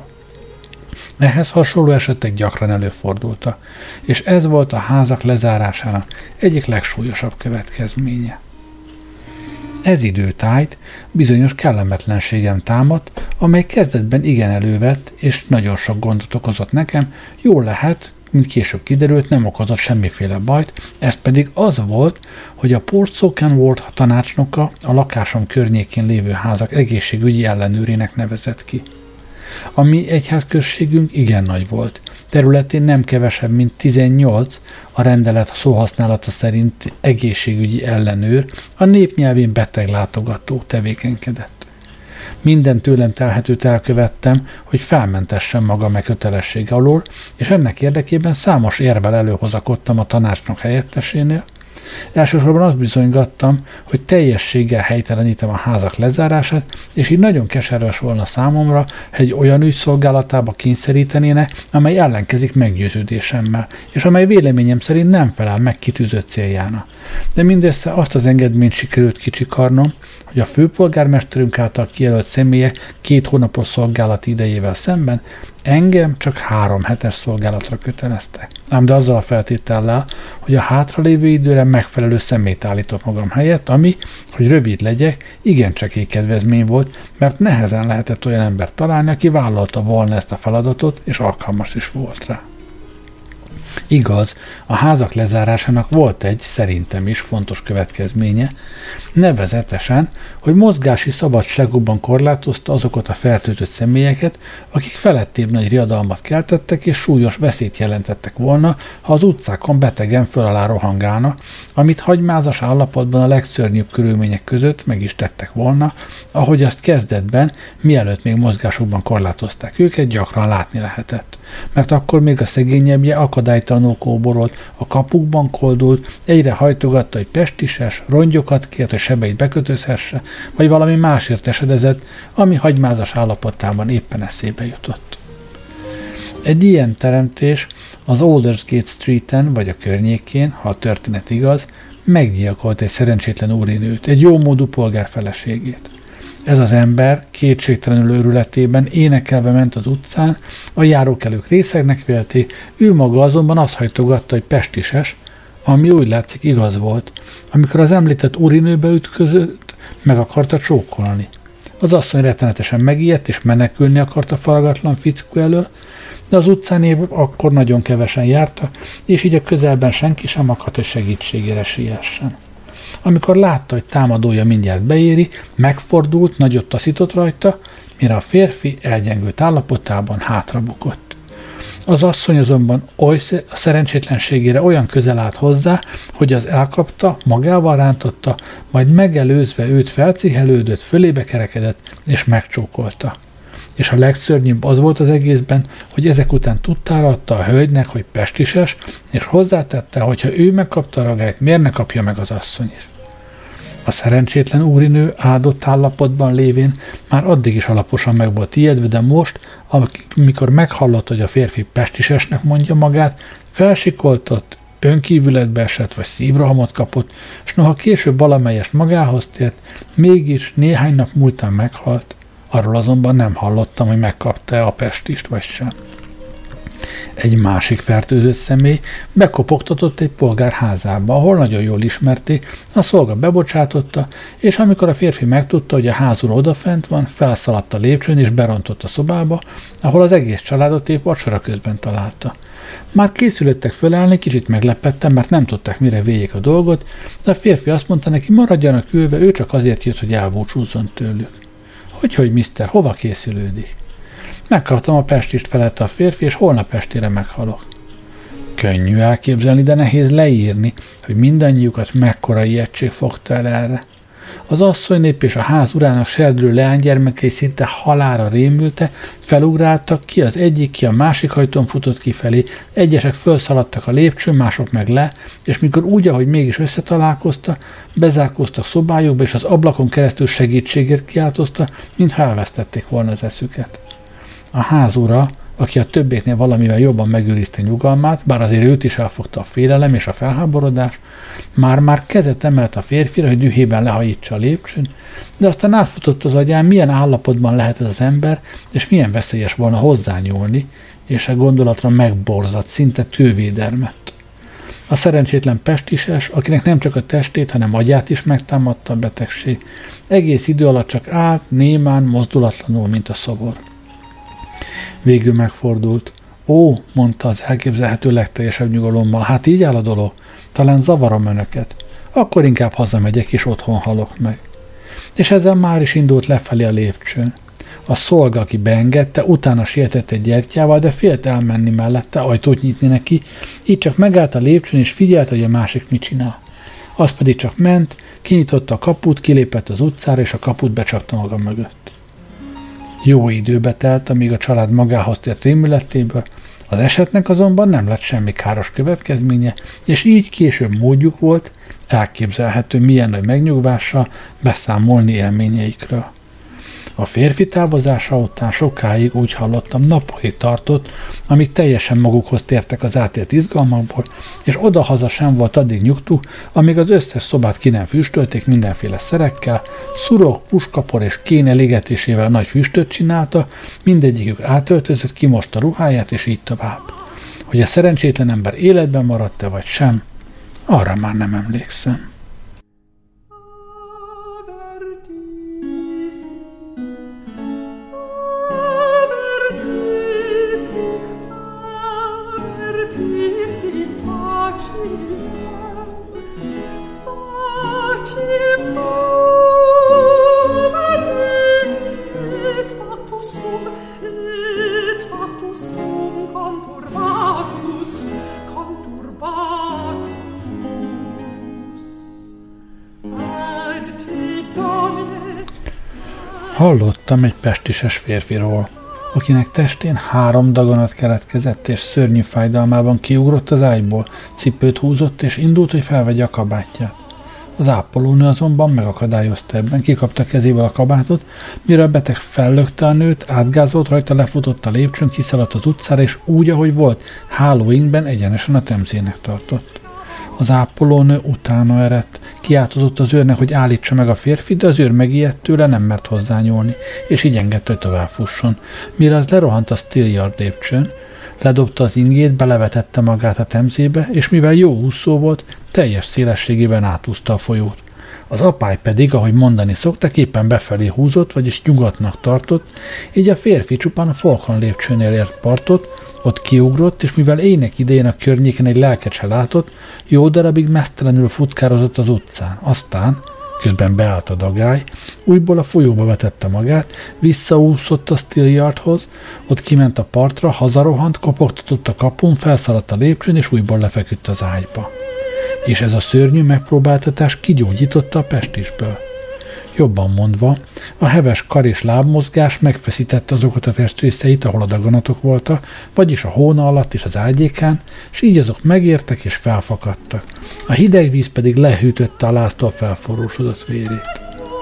Ehhez hasonló esetek gyakran előfordultak, és ez volt a házak lezárásának egyik legsúlyosabb következménye. Ez időtájt bizonyos kellemetlenségem támadt, amely kezdetben igen elővett, és nagyon sok gondot okozott nekem, jól lehet, mint később kiderült, nem okozott semmiféle bajt, ez pedig az volt, hogy a Port Sauquen Ward tanácsnoka a lakásom környékén lévő házak egészségügyi ellenőrének nevezett ki. A mi egyházközségünk igen nagy volt. Területén nem kevesebb, mint tizennyolc, a rendelet szóhasználata szerint egészségügyi ellenőr, a népnyelvén beteglátogató tevékenykedett. Minden tőlem telhetőt elkövettem, hogy felmentessem magam e kötelessége alól, és ennek érdekében számos érvel előhozakodtam a tanácsnok helyettesénél, Elsősorban azt bizonygattam, hogy teljességgel helytelenítem a házak lezárását, és így nagyon keserves volna számomra, ha egy olyan ügy szolgálatába kényszerítenének, amely ellenkezik meggyőződésemmel, és amely véleményem szerint nem felel meg kitűzött céljának. De mindössze azt az engedményt sikerült kicsikarnom, hogy a főpolgármesterünk által kijelölt személyek két hónapos szolgálati idejével szemben engem csak három hetes szolgálatra köteleztek. Ám de azzal a feltétellel, hogy a hátralévő időre megfelelő személyt állított magam helyett, ami, hogy rövid legyek, igencsak kedvezmény volt, mert nehezen lehetett olyan embert találni, aki vállalta volna ezt a feladatot, és alkalmas is volt rá. Igaz, a házak lezárásának volt egy, szerintem is fontos következménye, nevezetesen, hogy mozgási szabadságukban korlátozta azokat a fertőzött személyeket, akik felettébb nagy riadalmat keltettek és súlyos veszélyt jelentettek volna, ha az utcákon betegen föl alá rohangálna, amit hagymázas állapotban a legszörnyűbb körülmények között meg is tettek volna, ahogy azt kezdetben, mielőtt még mozgásukban korlátozták őket, gyakran látni lehetett. Mert akkor még a szegényebbje akadálytalanul kóborolt, a kapukban koldult, egyre hajtogatta, hogy pestises, rongyokat kért, hogy sebeit bekötözhesse, vagy valami másért esedezett, ami hagymázas állapotában éppen eszébe jutott. Egy ilyen teremtés az Aldersgate Streeten vagy a környékén, ha a történet igaz, meggyilkolt egy szerencsétlen úrinőt, egy jómódú polgár feleségét. Ez az ember kétségtelenül őrületében énekelve ment az utcán, a járókelők részegnek vélték, ő maga azonban azt hajtogatta, hogy pestises, ami úgy látszik igaz volt, amikor az említett úrinőbe ütközött, meg akarta csókolni. Az asszony rettenetesen megijedt és menekülni akart a faragatlan fickó elől, de az utcán akkor nagyon kevesen jártak, és így a közelben senki sem akadt, hogy segítségére siessen. Amikor látta, hogy támadója mindjárt beéri, megfordult, nagyot taszított rajta, mire a férfi elgyengült állapotában hátrabukott. Az asszony azonban oly a szerencsétlenségére olyan közel állt hozzá, hogy az elkapta, magával rántotta, majd megelőzve őt felcihelődött, fölébe kerekedett és megcsókolta. És a legszörnyűbb az volt az egészben, hogy ezek után tudtára adta a hölgynek, hogy pestises, és hozzátette, hogy ha ő megkapta a ragályt, miért ne kapja meg az asszony is. A szerencsétlen úrinő áldott állapotban lévén már addig is alaposan meg volt ijedve, de most, amikor meghallotta, hogy a férfi pestisesnek mondja magát, felsikoltott, önkívületbe esett vagy szívrohamot kapott, s noha később valamelyest magához tért, mégis néhány nap múltán meghalt. Arról azonban nem hallottam, hogy megkapta-e a pestist vagy sem. Egy másik fertőzött személy bekopogtatott egy polgár házába, ahol nagyon jól ismerték, a szolga bebocsátotta, és amikor a férfi megtudta, hogy a házúr odafent van, felszaladt a lépcsőn és berontott a szobába, ahol az egész családot épp vacsora közben találta. Már készülöttek fölállni, kicsit meglepettem, mert nem tudták, mire véljék a dolgot, de a férfi azt mondta neki, maradjanak ülve, ő csak azért jött, hogy elbúcsúzzon tőlük. Hogyhogy, miszter, hova készülődik? Megkaptam a pestist, felelte a férfi, és holnap estére meghalok. Könnyű elképzelni, de nehéz leírni, hogy mindannyiukat mekkora ijegység fogta el erre. Az asszonynép és a ház urának serdülő leánygyermekei szinte halálra rémülte, felugráltak, ki az egyik, ki a másik ajtón futott kifelé, egyesek felszaladtak a lépcsőn, mások meg le, és mikor úgy, ahogy mégis összetalálkozta, bezárkóztak szobájukba, és az ablakon keresztül segítségért kiáltozta, mintha elvesztették volna az eszüket. A ház ura, aki a többieknél valamivel jobban megőrizte nyugalmát, bár azért őt is elfogta a félelem és a felháborodás, már-már kezet emelt a férfira, hogy dühében lehajítsa a lépcsőn, de aztán átfutott az agyán, milyen állapotban lehet ez az ember, és milyen veszélyes volna hozzányúlni, és a gondolatra megborzadt, szinte tővédermett. A szerencsétlen pestises, akinek nem csak a testét, hanem agyát is megtámadta a betegség, egész idő alatt csak állt, némán, mozdulatlanul, mint a szobor. Végül megfordult. Ó, mondta az elképzelhető legteljesebb nyugalommal, hát így áll a dolog, talán zavarom önöket. Akkor inkább hazamegyek, és otthon halok meg. És ezzel már is indult lefelé a lépcsőn. A szolga, aki beengedte, utána sietett egy gyertyával, de félt elmenni mellette, ajtót nyitni neki, így csak megállt a lépcsőn, és figyelte, hogy a másik mit csinál. Az pedig csak ment, kinyitotta a kaput, kilépett az utcára, és a kaput becsapta maga mögött. Jó időbe telt, amíg a család magához tért rémületéből, Az esetnek azonban nem lett semmi káros következménye, és így később módjuk volt, elképzelhető milyen nagy megnyugvással beszámolni élményeikről. A férfi távozása után sokáig úgy hallottam, napokig tartott, amíg teljesen magukhoz tértek az átélt izgalmakból, és odahaza sem volt addig nyugtuk, amíg az összes szobát ki nem füstölték mindenféle szerekkel, szurok, puskapor és kén elégetésével nagy füstöt csinálta, mindegyikük átöltözött, kimosta ruháját, és így tovább. Hogy a szerencsétlen ember életben maradt-e vagy sem, arra már nem emlékszem. Hallottam egy pestises férfiról, akinek testén három daganat keletkezett, és szörnyű fájdalmában kiugrott az ágyból, cipőt húzott, és indult, hogy felvegye a kabátját. Az ápolónő azonban megakadályozta ebben, kikapta kezéből a kabátot, mire a beteg fellökte a nőt, átgázolt rajta, lefutott a lépcsőn, kiszaladt az utcára, és úgy, ahogy volt, hálóingben egyenesen a Temzének tartott. Az ápolónő utána eredt, kiáltozott az őrnek, hogy állítsa meg a férfit, de az őr megijedt tőle, nem mert hozzányúlni, és így engedte, hogy tovább fusson. Mire az lerohant a Steel Yard lépcsőn, ledobta az ingét, belevetette magát a Temzébe, és mivel jó úszó volt, teljes szélességében átúszta a folyót. Az apály pedig, ahogy mondani szokták, éppen befelé húzott, vagyis nyugatnak tartott, így a férfi csupán a Falcon lépcsőnél ért partot, ott kiugrott, és mivel éjnek idején a környéken egy lelket se látott, jó darabig mesztelenül futkározott az utcán. Aztán, közben beállt a dagály, újból a folyóba vetette magát, visszaúszott a Steel Yardhoz, ott kiment a partra, hazarohant, kopogtatott a kapun, felszaladt a lépcsőn, és újból lefeküdt az ágyba. És ez a szörnyű megpróbáltatás kigyógyította a pestisből. Jobban mondva, a heves kar és lábmozgás megfeszítette azokat a testrészeit, ahol a daganatok voltak, vagyis a hóna alatt és az ágyékán, és így azok megértek és felfakadtak. A hideg víz pedig lehűtötte a láztól felforrósodott vérét.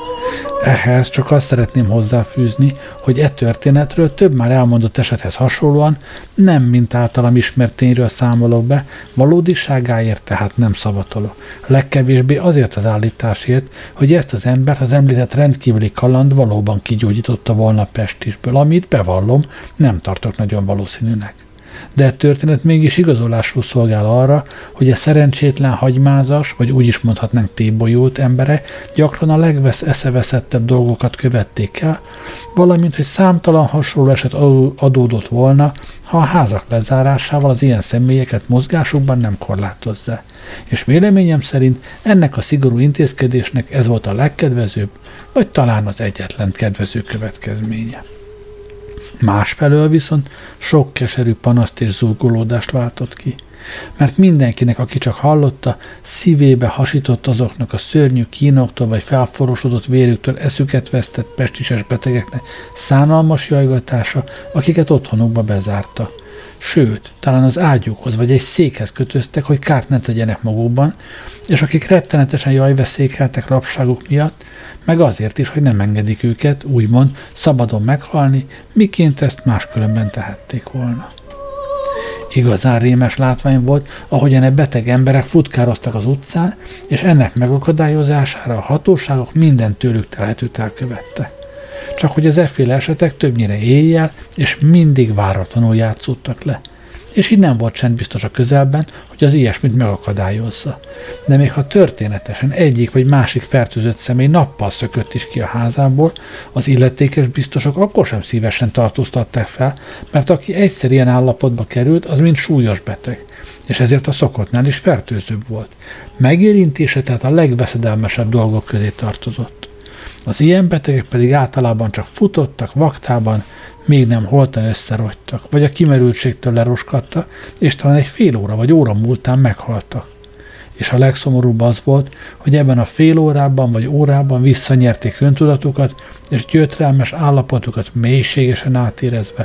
Ehhez csak azt szeretném hozzáfűzni, hogy e történetről több már elmondott esethez hasonlóan nem mint általam ismert tényről számolok be, valódiságáért tehát nem szavatolok. Legkevésbé azért az állításért, hogy ezt az embert az említett rendkívüli kaland valóban kigyógyította volna pestisből, amit bevallom, nem tartok nagyon valószínűnek. De a történet mégis igazolásul szolgál arra, hogy a szerencsétlen hagymázas, vagy úgy is mondhatnánk tébolyult embere gyakran a legeszeveszettebb dolgokat követték el, valamint, hogy számtalan hasonló eset adódott volna, ha a házak lezárásával az ilyen személyeket mozgásukban nem korlátozza. És véleményem szerint ennek a szigorú intézkedésnek ez volt a legkedvezőbb, vagy talán az egyetlen kedvező következménye. Másfelől viszont sok keserű panaszt és zúgolódást váltott ki, mert mindenkinek, aki csak hallotta, szívébe hasított azoknak a szörnyű kínoktól vagy felforosodott vérüktől eszüket vesztett pestises betegeknek szánalmas jajgatása, akiket otthonukba bezárta. Sőt, talán az ágyukhoz vagy egy székhez kötöztek, hogy kárt ne tegyenek magukban, és akik rettenetesen jajveszékeltek rabságuk miatt, meg azért is, hogy nem engedik őket, úgymond, szabadon meghalni, miként ezt máskülönben tehették volna. Igazán rémes látvány volt, ahogyan e beteg emberek futkároztak az utcán, és ennek megakadályozására a hatóságok minden tőlük telhetőt elkövettek. Csak hogy az efféle esetek többnyire éjjel, és mindig váratlanul játszódtak le. És így nem volt sem biztos a közelben, hogy az ilyesmit megakadályozza. De még ha történetesen egyik vagy másik fertőzött személy nappal szökött is ki a házából, az illetékes biztosok akkor sem szívesen tartóztatták fel, mert aki egyszer ilyen állapotba került, az mind súlyos beteg, és ezért a szokottnál is fertőzőbb volt. Megérintése tehát a legveszedelmesebb dolgok közé tartozott. Az ilyen betegek pedig általában csak futottak vaktában, még nem holtan összerogytak, vagy a kimerültségtől leroskadtak, és talán egy fél óra vagy óra múltán meghaltak. És a legszomorúbb az volt, hogy ebben a fél órában vagy órában visszanyerték öntudatukat, és gyötrelmes állapotukat mélységesen átérezve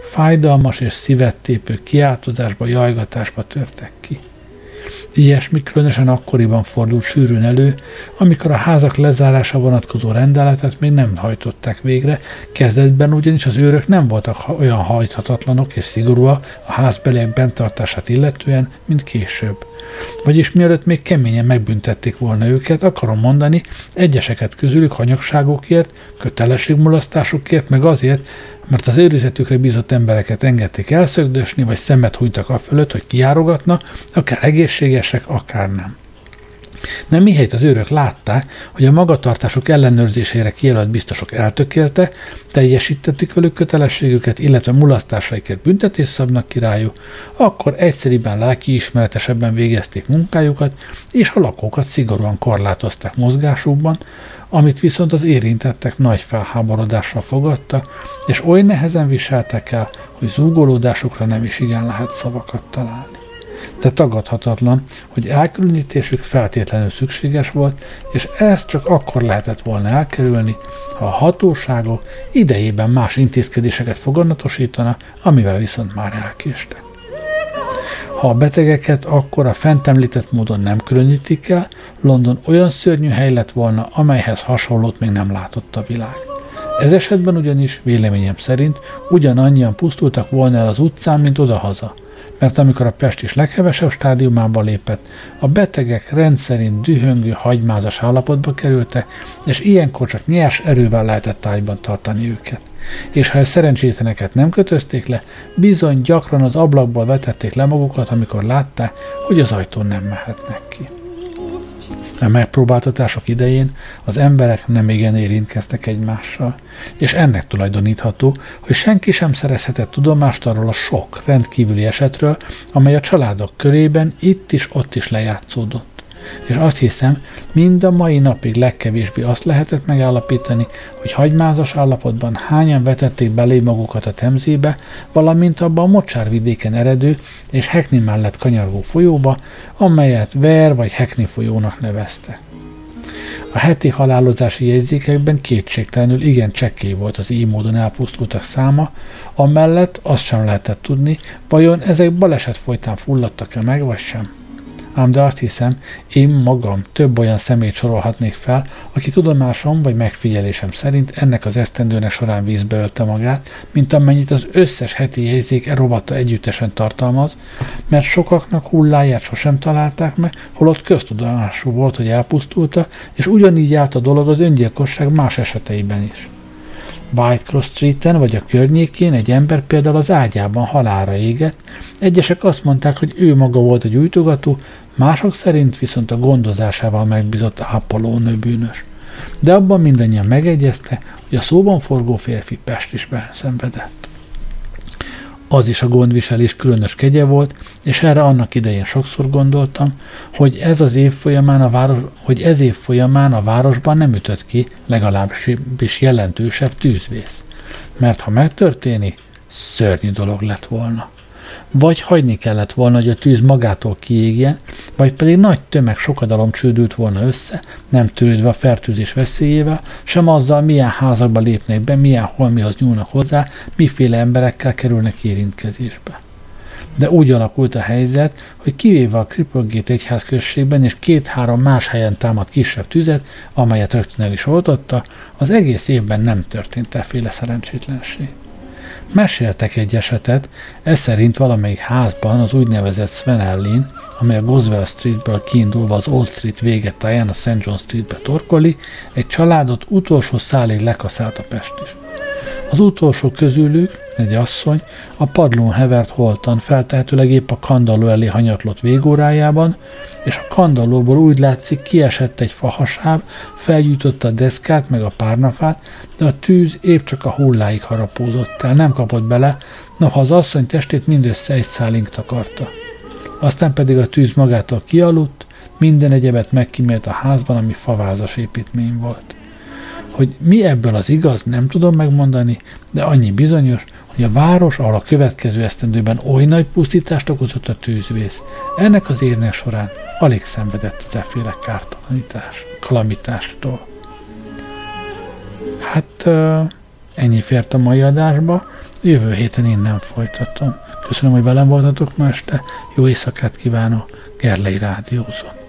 fájdalmas és szívettépő kiáltozásba, jajgatásba törtek ki. Ilyesmi különösen akkoriban fordult sűrűn elő, amikor a házak lezárása vonatkozó rendeletet még nem hajtották végre, kezdetben ugyanis az őrök nem voltak olyan hajthatatlanok és szigorúak a házbeliek benntartását illetően, mint később. Vagyis mielőtt még keményen megbüntették volna őket, akarom mondani, egyeseket közülük hanyagságokért, kötelességmulasztásukért, meg azért, mert az őrizetükre bízott embereket engedték elszögdösni, vagy szemet hunytak afölött, hogy kijárogatna, akár egészségesek, akár nem. Nem mihelyt az őrök látták, hogy a magatartásuk ellenőrzésére kijelölt biztosok eltökélte, teljesítették velük kötelességüket, illetve mulasztásaikat büntetést szabnak ki rájuk, akkor egyszerűen lelkiismeretesebben végezték munkájukat, és a lakókat szigorúan korlátozták mozgásukban, amit viszont az érintettek nagy felháborodással fogadta, és oly nehezen viseltek el, hogy zúgolódásukra nem is igen lehet szavakat találni. De tagadhatatlan, hogy elkülönítésük feltétlenül szükséges volt, és ezt csak akkor lehetett volna elkerülni, ha a hatóságok idejében más intézkedéseket foganatosítana, amivel viszont már elkéstek. Ha a betegeket akkor a fent említett módon nem különítik el, London olyan szörnyű hely lett volna, amelyhez hasonlót még nem látott a világ. Ez esetben ugyanis, véleményem szerint, ugyanannyian pusztultak volna el az utcán, mint odahaza, mert amikor a pest is leghevesebb stádiumába lépett, a betegek rendszerint dühöngő, hagymázas állapotba kerültek, és ilyenkor csak nyers erővel lehetett ágyban tartani őket. És ha a szerencsétleneket nem kötözték le, bizony gyakran az ablakból vetették le magukat, amikor látták, hogy az ajtón nem mehetnek ki. A megpróbáltatások idején az emberek nem igen érintkeztek egymással, és ennek tulajdonítható, hogy senki sem szerezhetett tudomást arról a sok rendkívüli esetről, amely a családok körében itt is, ott is lejátszódott. És azt hiszem, mind a mai napig legkevésbé azt lehetett megállapítani, hogy hagymázas állapotban hányan vetették belé magukat a Temzébe, valamint abba a mocsárvidéken eredő és Hackney mellett kanyargó folyóba, amelyet Ver vagy Hackney folyónak nevezte. A heti halálozási jegyzékekben kétségtelenül igen csekkély volt az így módon elpusztultak száma, amellett azt sem lehetett tudni, vajon ezek baleset folytán fulladtak-e meg, vagy sem. Ám de azt hiszem, én magam több olyan személyt sorolhatnék fel, aki tudomásom vagy megfigyelésem szerint ennek az esztendőnek során vízbe ölte magát, mint amennyit az összes heti jegyzék rovata együttesen tartalmaz, mert sokaknak hulláját sosem találták meg, holott köztudomású volt, hogy elpusztulta, és ugyanígy állt a dolog az öngyilkosság más eseteiben is. Whitecross Streeten vagy a környékén egy ember például az ágyában halálra égett, egyesek azt mondták, hogy ő maga volt a gyújtogató, mások szerint viszont a gondozásával megbízott ápolónő bűnös. De abban mindannyian megegyezte, hogy a szóban forgó férfi pestisben szenvedett. Az is a gondviselés különös kegye volt, és erre annak idején sokszor gondoltam, hogy ez az év folyamán a város, hogy ez év folyamán a városban nem ütött ki legalábbis jelentősebb tűzvész. Mert ha megtörténik, szörnyű dolog lett volna. Vagy hagyni kellett volna, hogy a tűz magától kiégjen, vagy pedig nagy tömeg sokadalom csődült volna össze, nem törődve a fertőzés veszélyével, sem azzal, milyen házakba lépnek be, milyen holmihoz nyúlnak hozzá, miféle emberekkel kerülnek érintkezésbe. De úgy alakult a helyzet, hogy kivéve a Cripplegate egyházközségben és két-három más helyen támadt kisebb tüzet, amelyet rögtön el is oltotta, az egész évben nem történt efféle szerencsétlenség. Meséltek egy esetet, ez szerint valamelyik házban az úgynevezett Swan Alley-n, amely a Goswell Streetből kiindulva az Old Street végetáján a Saint John Streetbe torkoli, egy családot utolsó szálig lekaszált a pest is. Az utolsó közülük, egy asszony, a padlón hevert holtan, feltehetőleg épp a kandalló elé hanyatlott végórájában, és a kandallóból úgy látszik kiesett egy fahasáb, felgyújtotta a deszkát meg a párnafát, de a tűz épp csak a hulláig harapódott el, nem kapott bele, noha az asszony testét mindössze egy szálink takarta. Aztán pedig a tűz magától kialudt, minden egyebet megkímélt a házban, ami favázas építmény volt. Hogy mi ebből az igaz, nem tudom megmondani, de annyi bizonyos, hogy a város, ahol a következő esztendőben oly nagy pusztítást okozott a tűzvész, ennek az évnek során alig szenvedett az efféle kártalanítás, kalamitástól. Hát Ennyi fért a mai adásba, jövő héten innen folytatom. Köszönöm, hogy velem voltatok ma este, jó éjszakát kívánok, Gerlei rádiózott.